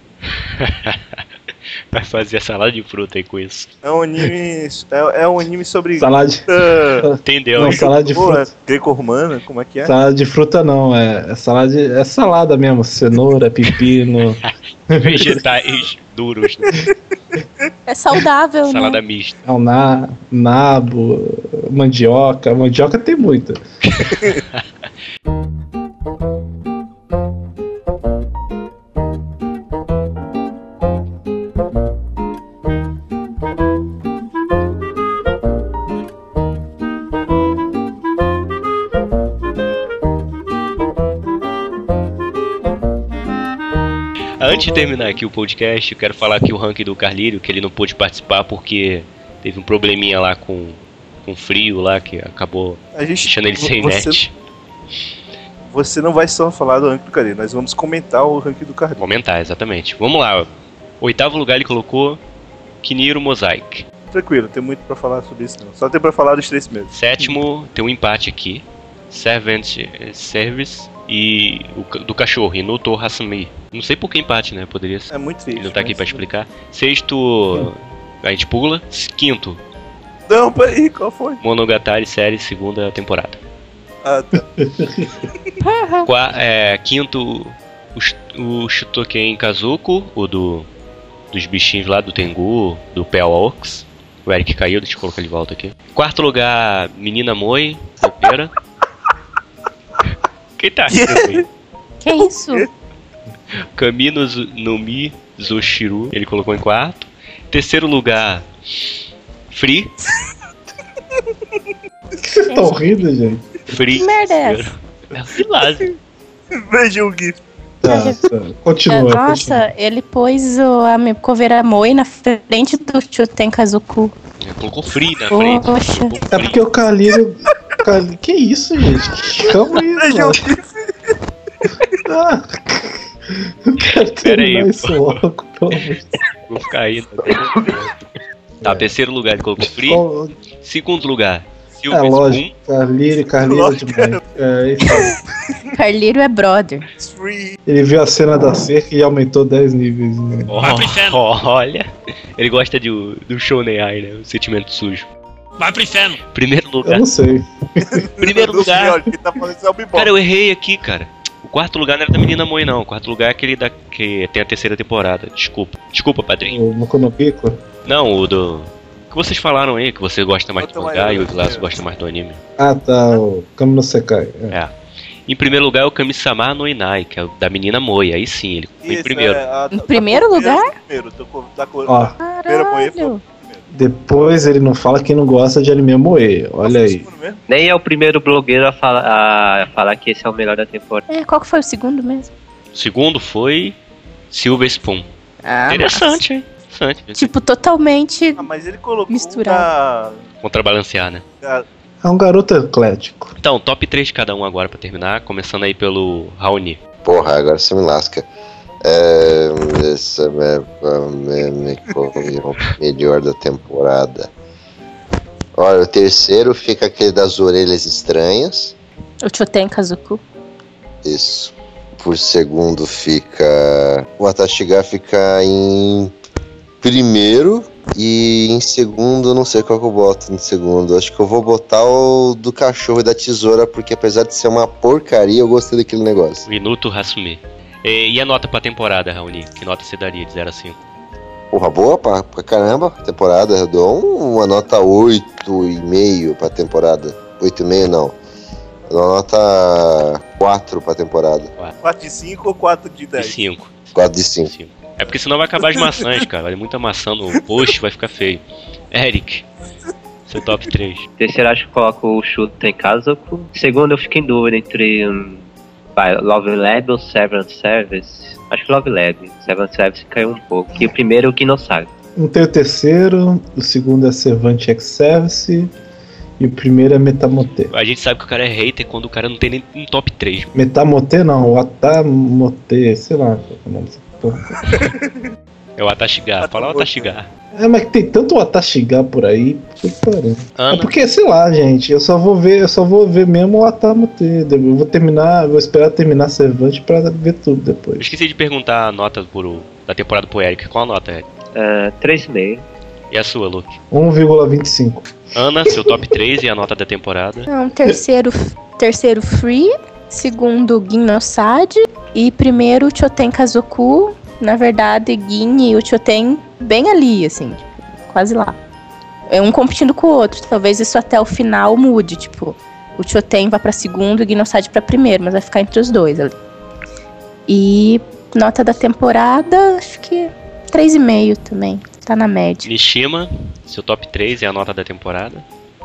[SPEAKER 1] Vai fazer salada de fruta aí com isso.
[SPEAKER 3] É um anime. É, é um anime sobre.
[SPEAKER 6] Salada de...
[SPEAKER 3] Ah,
[SPEAKER 1] Entendeu?
[SPEAKER 6] Não,
[SPEAKER 1] hein?
[SPEAKER 6] salada de
[SPEAKER 3] porra,
[SPEAKER 6] fruta.
[SPEAKER 3] greco-romana, como é que é?
[SPEAKER 6] Salada de fruta não, é, é salada de... é salada mesmo, cenoura, pepino.
[SPEAKER 1] Vegetais duros. Né?
[SPEAKER 4] É saudável,
[SPEAKER 1] Salada
[SPEAKER 4] né?
[SPEAKER 1] mista.
[SPEAKER 6] É um na, nabo, mandioca. Mandioca tem muita.
[SPEAKER 1] Antes de terminar aqui o podcast, eu quero falar aqui o ranking do Carlírio, que ele não pôde participar porque teve um probleminha lá com, com frio lá, que acabou
[SPEAKER 3] A gente,
[SPEAKER 1] deixando ele sem
[SPEAKER 3] você,
[SPEAKER 1] net.
[SPEAKER 3] você não vai só falar do ranking do Carlinhos, nós vamos comentar o ranking do Carlinhos.
[SPEAKER 1] Comentar, exatamente. Vamos lá. Oitavo lugar ele colocou Kiniro Mosaic.
[SPEAKER 3] Tranquilo, tem muito pra falar sobre isso não. Só tem pra falar dos três primeiros.
[SPEAKER 1] Sétimo, tem um empate aqui. Servant eh, Service e o ca- do cachorro, Inuto Hasumi. Não sei por que empate, né? Poderia ser.
[SPEAKER 3] É muito triste.
[SPEAKER 1] Ele não tá aqui
[SPEAKER 3] mas-
[SPEAKER 1] pra explicar. Sexto, a gente pula. Quinto,
[SPEAKER 3] Não, peraí, qual foi?
[SPEAKER 1] Monogatari série segunda temporada.
[SPEAKER 3] Ah, tá.
[SPEAKER 1] Qua- é, quinto, o, Sh- o Shutoken Kazuko, o do dos bichinhos lá do Tengu, do Pale Ox. O Eric caiu, deixa eu colocar ele de volta aqui. Quarto lugar, Menina Moi, roteira. Quem tá rindo aí?
[SPEAKER 4] Que isso?
[SPEAKER 1] Kamino Zu- no Mi Zoshiru, ele colocou em quarto. Terceiro lugar, Free.
[SPEAKER 6] Por que vocês estão rindo, gente?
[SPEAKER 1] Free.
[SPEAKER 4] Que merda é essa?
[SPEAKER 1] É o Filásio.
[SPEAKER 3] Veja o GIF.
[SPEAKER 6] Tá, tá. Continua.
[SPEAKER 4] Nossa, ele pôs o, a Mi- Coveira Moi na frente do Chuten Kazuku.
[SPEAKER 1] Ele colocou Free na frente.
[SPEAKER 4] Poxa.
[SPEAKER 1] Colocou
[SPEAKER 6] É
[SPEAKER 1] Free.
[SPEAKER 6] porque o Carlírio. Cara, que isso, gente? Calma aí, mano. Ah, eu quero terminar
[SPEAKER 1] aí,
[SPEAKER 6] isso
[SPEAKER 1] pô.
[SPEAKER 6] logo, pelo amor de Deus.
[SPEAKER 1] Vou ficar aí. Tá, terceiro lugar ele colocou Free.
[SPEAKER 6] Qual-
[SPEAKER 1] Segundo lugar,
[SPEAKER 6] É
[SPEAKER 1] Silver
[SPEAKER 6] lógico, Carlírio, Carlírio é demais. É, isso aí.
[SPEAKER 4] Carlírio é brother.
[SPEAKER 3] Free.
[SPEAKER 6] Ele viu a cena da cerca e aumentou dez níveis. Né?
[SPEAKER 10] Vai pro inferno.
[SPEAKER 1] Olha, ele gosta de, do Shonen Ai, né? O sentimento sujo.
[SPEAKER 10] Vai pro inferno.
[SPEAKER 1] Primeiro
[SPEAKER 6] Eu
[SPEAKER 1] lugar.
[SPEAKER 6] não sei.
[SPEAKER 1] Primeiro
[SPEAKER 3] Do
[SPEAKER 1] lugar.
[SPEAKER 3] Olha, quem tá falando isso é o Bebop.
[SPEAKER 1] Cara, eu errei aqui, cara. O quarto lugar não era da Menina Moe, não. O quarto lugar é aquele da que tem a terceira temporada. Desculpa. Desculpa, padrinho.
[SPEAKER 6] O Moku no Pico.
[SPEAKER 1] Não, o do. O que vocês falaram aí, que você gosta mais do
[SPEAKER 3] Outra
[SPEAKER 1] mangá
[SPEAKER 3] maior,
[SPEAKER 1] e o Glass
[SPEAKER 3] é.
[SPEAKER 1] gosta mais do anime.
[SPEAKER 6] Ah, tá. O Kami no Sekai. É.
[SPEAKER 1] É. Em primeiro lugar é o Kami-sama no Inai, que é o da Menina Moe. Aí sim, ele ficou em
[SPEAKER 3] Isso,
[SPEAKER 1] primeiro.
[SPEAKER 3] é, a-
[SPEAKER 4] Em
[SPEAKER 3] da
[SPEAKER 4] primeiro
[SPEAKER 3] Cortez,
[SPEAKER 4] lugar?
[SPEAKER 3] Primeiro, da cor- da cor-
[SPEAKER 6] Ó,
[SPEAKER 3] da primeira Moe foi o
[SPEAKER 4] Caralho.
[SPEAKER 3] primeiro.
[SPEAKER 6] depois ele não fala que não gosta de anime moe. Olha
[SPEAKER 3] Foi o
[SPEAKER 6] aí.
[SPEAKER 3] segundo mesmo?
[SPEAKER 5] Nem é o primeiro blogueiro a, fala, a falar que esse é o melhor da temporada.
[SPEAKER 4] É, qual que foi o segundo mesmo?
[SPEAKER 1] O segundo foi Silver Spoon.
[SPEAKER 4] Ah,
[SPEAKER 1] Interessante, hein? Interessante.
[SPEAKER 4] massa. Tipo, totalmente.
[SPEAKER 3] Ah, mas ele colocou
[SPEAKER 4] Misturado.
[SPEAKER 1] Contrabalancear, né?
[SPEAKER 3] da- da-
[SPEAKER 6] É um garoto eclético.
[SPEAKER 1] Então, top três de cada um agora pra terminar. Começando aí pelo Raoni.
[SPEAKER 2] Porra, agora você me lasca. É, esse é o melhor da temporada. Olha, o terceiro fica aquele das orelhas estranhas.
[SPEAKER 4] O Choten Kazuku.
[SPEAKER 2] Isso. Por segundo fica. O Atashiga fica em primeiro. E em segundo, não sei qual que eu boto em segundo. Acho que eu vou botar o do cachorro e da tesoura, porque apesar de ser uma porcaria, eu gostei daquele negócio.
[SPEAKER 1] Minuto Hasumi. E, e a nota pra temporada, Raoni? Que nota você daria de zero a cinco?
[SPEAKER 2] Porra, boa pra, pra caramba a temporada. Eu dou um- uma nota oito e meio pra temporada. oito e meio não. Eu dou uma nota quatro pra temporada.
[SPEAKER 3] quatro de cinco ou quatro de
[SPEAKER 1] De
[SPEAKER 3] dez?
[SPEAKER 1] cinco.
[SPEAKER 2] quatro de cinco.
[SPEAKER 1] cinco. É porque senão vai acabar as maçãs, cara. Vai muita maçã no post, vai ficar feio. Eric, seu top três.
[SPEAKER 5] Terceiro, acho que coloco o Shuten Kazoku. Segundo, eu fico em dúvida entre hum, vai, Love Lab ou Severance Service. Acho que Love Lab. Severance Service caiu um pouco. E o primeiro é o Kinosagi.
[SPEAKER 6] Não tem o terceiro, o segundo é Servante X-Service e o primeiro é Metamote.
[SPEAKER 1] A gente sabe que o cara é hater quando o cara não tem nem um top três.
[SPEAKER 6] Metamote não, o Atamote, sei lá qual é o nome dessa porra.
[SPEAKER 1] É o Atashiga. Fala o Atashiga.
[SPEAKER 6] É, mas que tem tanto o Atashiga por aí, que pariu. É
[SPEAKER 1] Ana,
[SPEAKER 6] porque, sei lá, gente, eu só vou ver, eu só vou ver mesmo o Atamote. Eu vou terminar, vou esperar terminar Servante pra ver tudo
[SPEAKER 1] eu
[SPEAKER 6] depois.
[SPEAKER 1] esqueci de perguntar a nota pro, da temporada pro Eric. Qual a nota, Eric?
[SPEAKER 5] Uh, três e meio.
[SPEAKER 1] E a sua, Luke?
[SPEAKER 6] um vírgula vinte e cinco.
[SPEAKER 1] Ana, seu top três e a nota da temporada.
[SPEAKER 4] Não, terceiro, terceiro Free. Segundo Ginosad. E primeiro Choten Kazoku. Na verdade, Gin e o Choten bem ali, assim. Tipo, quase lá. É um competindo com o outro. Talvez isso até o final mude. Tipo, o Choten vai pra segundo e o Ginosad pra primeiro. Mas vai ficar entre os dois ali. E nota da temporada, acho que três e meio também. Tá na média.
[SPEAKER 1] Nishima, seu top três e a nota da temporada.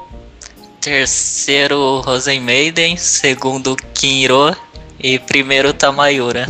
[SPEAKER 7] Terceiro, Rosen Maiden. Segundo, Kinro. E primeiro, Tamayura.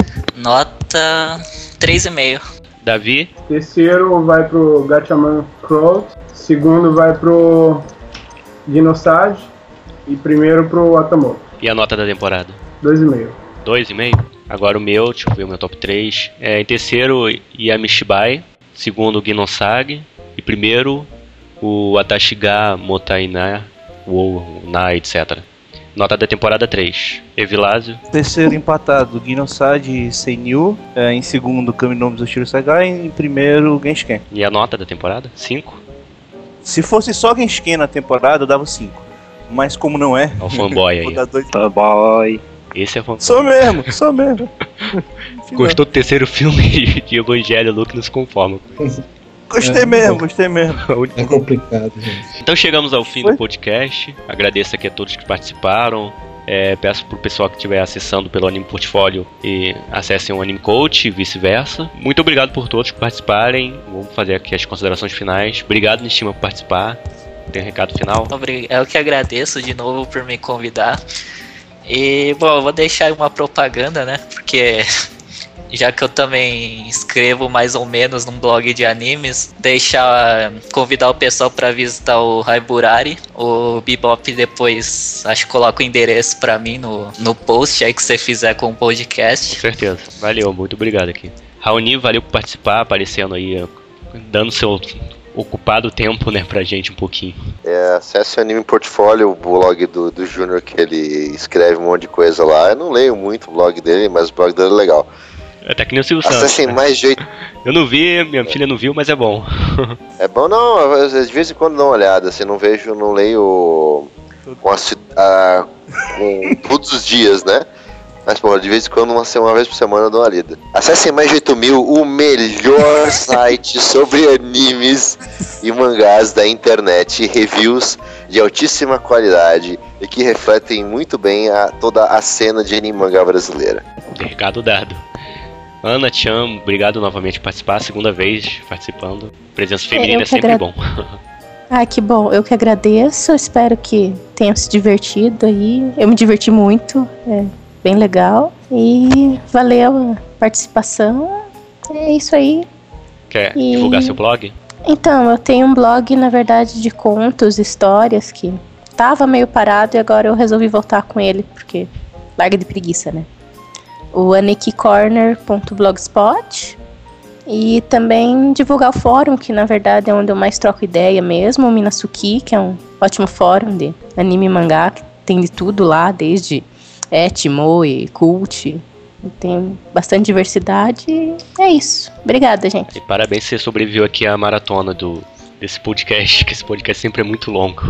[SPEAKER 7] Nota três e meio.
[SPEAKER 1] Davi,
[SPEAKER 9] Terceiro vai pro Gatchaman Crow. Segundo vai pro Ginosage. E primeiro pro Atamoto.
[SPEAKER 1] e a nota da temporada?
[SPEAKER 9] Dois e meio.
[SPEAKER 1] dois e meio. Agora o meu, deixa eu ver o meu top três. É, em terceiro, Yamishibai. Segundo, Ginosagi. E primeiro, o Atashiga Motaina, ou Na, etcétera. Nota da temporada três. Evilásio.
[SPEAKER 3] Terceiro empatado, Ginosad e Senyu. É, em segundo, Kaminomi Zoshiro Sagai. Em primeiro, Genshin.
[SPEAKER 1] E a nota da temporada? cinco.
[SPEAKER 3] Se fosse só Genshin na temporada, eu dava cinco. Mas como não é,
[SPEAKER 1] Ó o fanboy
[SPEAKER 3] vou
[SPEAKER 1] aí.
[SPEAKER 3] dar dois.
[SPEAKER 5] Fanboy.
[SPEAKER 1] Esse é fanboy.
[SPEAKER 3] Sou mesmo, sou mesmo.
[SPEAKER 1] Gostou do terceiro filme de Evangelho, Luke não se conforma com isso.
[SPEAKER 3] Gostei
[SPEAKER 6] É,
[SPEAKER 3] mesmo, gostei mesmo.
[SPEAKER 6] É complicado, gente.
[SPEAKER 1] Então chegamos ao fim
[SPEAKER 3] Foi?
[SPEAKER 1] do podcast. Agradeço aqui a todos que participaram. É, peço pro pessoal que estiver acessando pelo Anime Portfólio e acessem o Anime Coach e vice-versa. Muito obrigado por todos que participarem. Vamos fazer aqui as considerações finais. Obrigado, Nishima, por participar. Tem um recado final?
[SPEAKER 7] Obri- Eu que agradeço de novo por me convidar. E, bom, eu vou deixar uma propaganda, né? Porque já que eu também escrevo mais ou menos num blog de animes, deixar, convidar o pessoal para visitar o Haiburari. O Bebop depois, acho que coloca o endereço para mim no, no post aí que você fizer com o podcast.
[SPEAKER 1] Com certeza. Valeu, muito obrigado aqui. Raoni, valeu por participar, aparecendo aí, dando seu ocupado tempo, né, pra gente um pouquinho.
[SPEAKER 2] É, acesse o Anime Portfólio, o blog do, do Júnior, que ele escreve um monte de coisa lá. Eu não leio muito o blog dele, mas o blog dele é legal.
[SPEAKER 1] Até que nem o Silvio Santos.
[SPEAKER 2] Acessem mais de oito...
[SPEAKER 1] Eu não vi, minha filha não viu, mas é bom.
[SPEAKER 2] É bom, não, de vez em quando dá uma olhada, assim, não vejo, não leio com, a, a, com todos os dias, né? Mas, pô, de vez em quando, uma, uma vez por semana eu dou uma lida. Acessem mais de oito mil, o melhor site sobre animes e mangás da internet. Reviews de altíssima qualidade e que refletem muito bem a, toda a cena de anime mangá brasileira.
[SPEAKER 1] Recado dado. Ana, te amo, obrigado novamente por participar, segunda vez participando. Presença feminina é sempre
[SPEAKER 4] agra...
[SPEAKER 1] bom.
[SPEAKER 4] Ah, que bom, eu que agradeço, espero que tenham se divertido aí. Eu me diverti muito, é bem legal. E valeu a participação. É isso aí.
[SPEAKER 1] Quer
[SPEAKER 4] e...
[SPEAKER 1] divulgar seu blog?
[SPEAKER 4] Então, eu tenho um blog, na verdade, de contos, histórias, que tava meio parado e agora eu resolvi voltar com ele, porque larga de preguiça, né? O anikicorner ponto blogspot. E também divulgar o fórum, que na verdade é onde eu mais troco ideia mesmo, o Minasuki, que é um ótimo fórum de anime e mangá, que tem de tudo lá, desde et, moe, cult, tem bastante diversidade. E é isso. Obrigada, gente.
[SPEAKER 1] E parabéns que você sobreviveu aqui à maratona do, desse podcast, que esse podcast sempre é muito longo.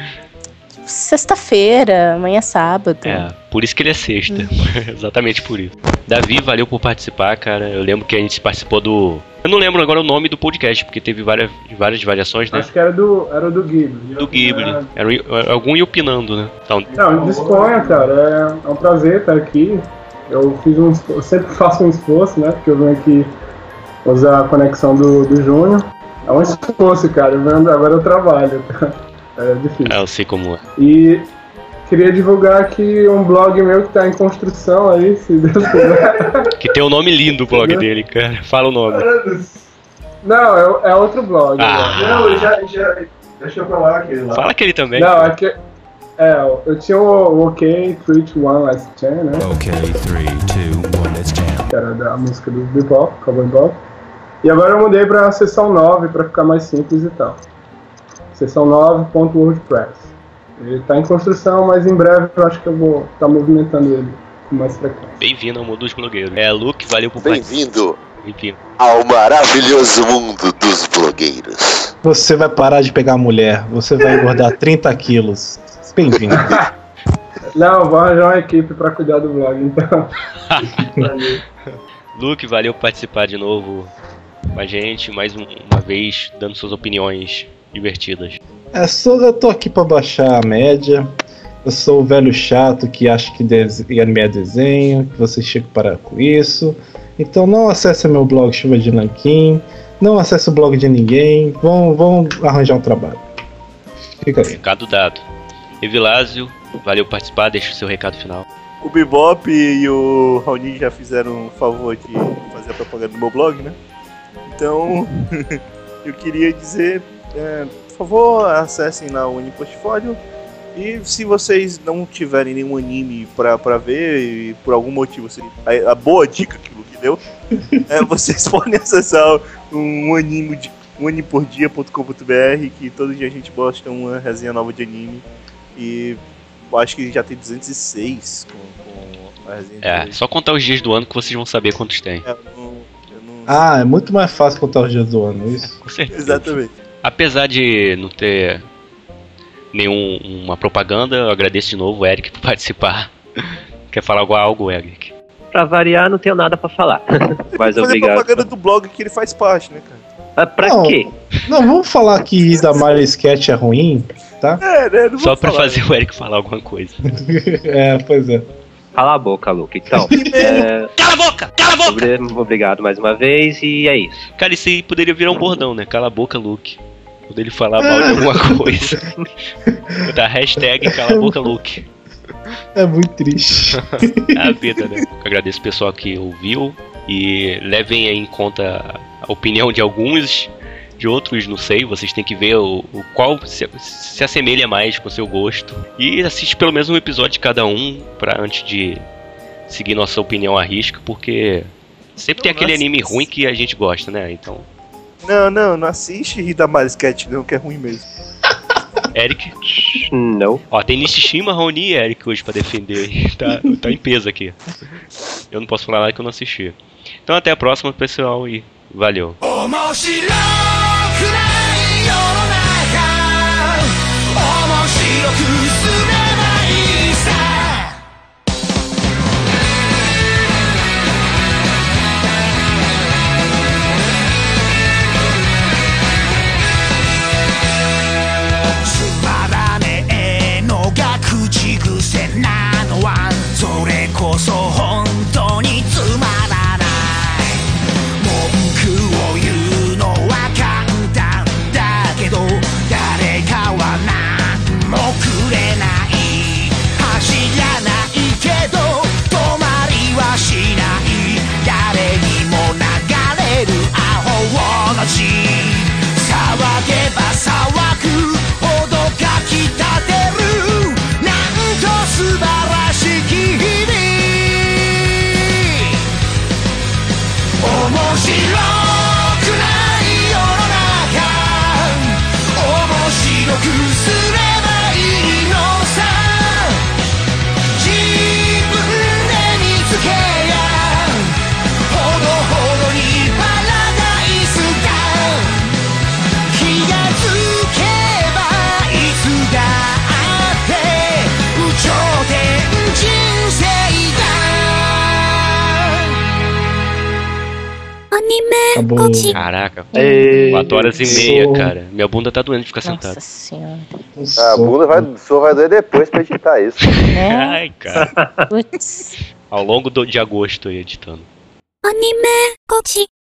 [SPEAKER 4] Sexta-feira, amanhã é sábado.
[SPEAKER 1] É, por isso que ele é sexta. Hum. Exatamente por isso. Davi, valeu por participar, cara. Eu lembro que a gente participou do... Eu não lembro agora o nome do podcast, porque teve várias, várias variações, né?
[SPEAKER 9] Acho que era do, era do Ghibli.
[SPEAKER 1] Do Ghibli. Era, era algum ia opinando, né? Então...
[SPEAKER 9] Não, disponha, cara. É um prazer estar aqui. Eu fiz um... Eu sempre faço um esforço, né? Porque eu venho aqui usar a conexão do, do Júnior. É um esforço, cara. Eu venho, agora eu trabalho, tá? É difícil.
[SPEAKER 1] É, eu sei como é.
[SPEAKER 9] E queria divulgar aqui um blog meu que tá em construção aí, se Deus quiser.
[SPEAKER 1] Que tem um nome lindo o blog dele, cara. Fala o nome.
[SPEAKER 9] Não, é, é outro blog.
[SPEAKER 1] Ah.
[SPEAKER 9] Né? Não, já, já, deixa eu falar aquele lá.
[SPEAKER 1] Fala aquele também.
[SPEAKER 9] Não, é que... É, eu tinha o, o OK, three, two, one, Let's Jam, né?
[SPEAKER 10] OK, three, two, one, Let's Jam.
[SPEAKER 9] Que era da música do Bebop, Cowboy Bebop. E agora eu mudei pra seção nove, pra ficar mais simples e tal. seção nove ponto wordpress. Ele está em construção, mas em breve eu acho que eu vou estar tá movimentando ele com mais frequência.
[SPEAKER 1] Bem-vindo ao mundo dos blogueiros. É, Luke, valeu por
[SPEAKER 2] Bem-vindo
[SPEAKER 1] Bem-vindo
[SPEAKER 2] ao maravilhoso mundo dos blogueiros.
[SPEAKER 6] Você vai parar de pegar mulher, você vai engordar trinta quilos. Bem-vindo.
[SPEAKER 9] Não, vou arranjar uma equipe para cuidar do blog, então.
[SPEAKER 1] Luke, valeu por participar de novo com a gente, mais um, uma vez, dando suas opiniões divertidas.
[SPEAKER 6] É, só, eu tô aqui pra baixar a média. Eu sou o velho chato que acha que anime é desenho, que vocês chegam a parar com isso. Então não acesse meu blog Chuva de Nanquim, não acesse o blog de ninguém, vão, vão arranjar um trabalho. Fica aí.
[SPEAKER 1] Recado dado. Evilásio, valeu por participar, deixa o seu recado final.
[SPEAKER 3] O Bebop e o Raoni já fizeram o favor de fazer a propaganda do meu blog, né? Então, eu queria dizer... É, por favor, acessem lá o Uniportfólio. E se vocês não tiverem nenhum anime pra, pra ver, e por algum motivo, assim, a, a boa dica que o Luke deu, é, vocês podem acessar um anime de um anime por dia ponto com ponto b r, que todo dia a gente posta uma resenha nova de anime. E eu acho que já tem duzentos e seis com, com a resenha.
[SPEAKER 1] É, só contar os dias do ano que vocês vão saber quantos tem.
[SPEAKER 3] É, eu não, eu não...
[SPEAKER 6] Ah, é muito mais fácil contar os dias do ano, isso?
[SPEAKER 1] Com certeza.
[SPEAKER 3] Exatamente.
[SPEAKER 1] Apesar de não ter nenhuma propaganda, eu agradeço de novo o Eric por participar. Quer falar algo, Eric?
[SPEAKER 5] Pra variar, não tenho nada pra falar. Mas
[SPEAKER 3] fazer
[SPEAKER 5] obrigado.
[SPEAKER 3] propaganda do blog que ele faz parte, né, cara?
[SPEAKER 5] Mas pra
[SPEAKER 6] não,
[SPEAKER 5] quê?
[SPEAKER 6] Não, vamos falar que da Mario Sketch é ruim, tá?
[SPEAKER 3] É, né? Não
[SPEAKER 1] Só pra
[SPEAKER 3] falar,
[SPEAKER 1] fazer
[SPEAKER 3] né?
[SPEAKER 1] o Eric falar alguma coisa.
[SPEAKER 6] É, pois é.
[SPEAKER 5] Cala a boca, Luke. Então, é...
[SPEAKER 1] Cala a boca! Cala a boca!
[SPEAKER 5] Obrigado mais uma vez e é isso.
[SPEAKER 1] Cara, isso aí poderia virar um bordão, né? Cala a boca, Luke. Quando ele falar mal de alguma coisa. Da hashtag cala a boca, Luke.
[SPEAKER 6] É muito triste.
[SPEAKER 1] É a vida, né? Eu agradeço o pessoal que ouviu. E levem em conta a opinião de alguns, de outros não sei. Vocês têm que ver o, o qual se, se assemelha mais com o seu gosto. E assiste pelo menos um episódio de cada um pra, antes de seguir nossa opinião à risca, porque sempre tem
[SPEAKER 3] Não,
[SPEAKER 1] aquele
[SPEAKER 3] não
[SPEAKER 1] anime
[SPEAKER 3] assiste.
[SPEAKER 1] ruim que a gente gosta, né? Então,
[SPEAKER 3] Não, não, não assiste Hidamari Cat não, que é ruim mesmo.
[SPEAKER 1] Eric.
[SPEAKER 5] Não.
[SPEAKER 1] Ó, tem Nishishima, Roni e Eric hoje pra defender. Tá, tá em peso aqui. Eu não posso falar nada que eu não assisti. Então até a próxima, pessoal, e valeu.
[SPEAKER 11] 面白くない世の中面白くすればいいさつまらねえのが口癖なのはそれこそ本当につまらない文句を言うのは簡単だけど誰かは何もくれない走らないけど止まりはしない誰にも流れるアホの血騒げば騒ぐほどかきたてるなんと素晴らしき日々面白くない世の中面白くすればいいのさ自分で見つけやほどほどにパラダイスだ気がつけばいつだって有頂天人生だ
[SPEAKER 6] Acabou.
[SPEAKER 1] Caraca,
[SPEAKER 5] Ei,
[SPEAKER 1] quatro horas e meia, cara. Minha bunda tá doendo de ficar
[SPEAKER 4] Nossa
[SPEAKER 1] sentado.
[SPEAKER 4] senhora.
[SPEAKER 2] A bunda vai, só vai doer depois pra editar isso.
[SPEAKER 4] Né?
[SPEAKER 1] Ai, cara.
[SPEAKER 4] Putz.
[SPEAKER 1] Ao longo do, de agosto aí editando.
[SPEAKER 8] アニメゴチ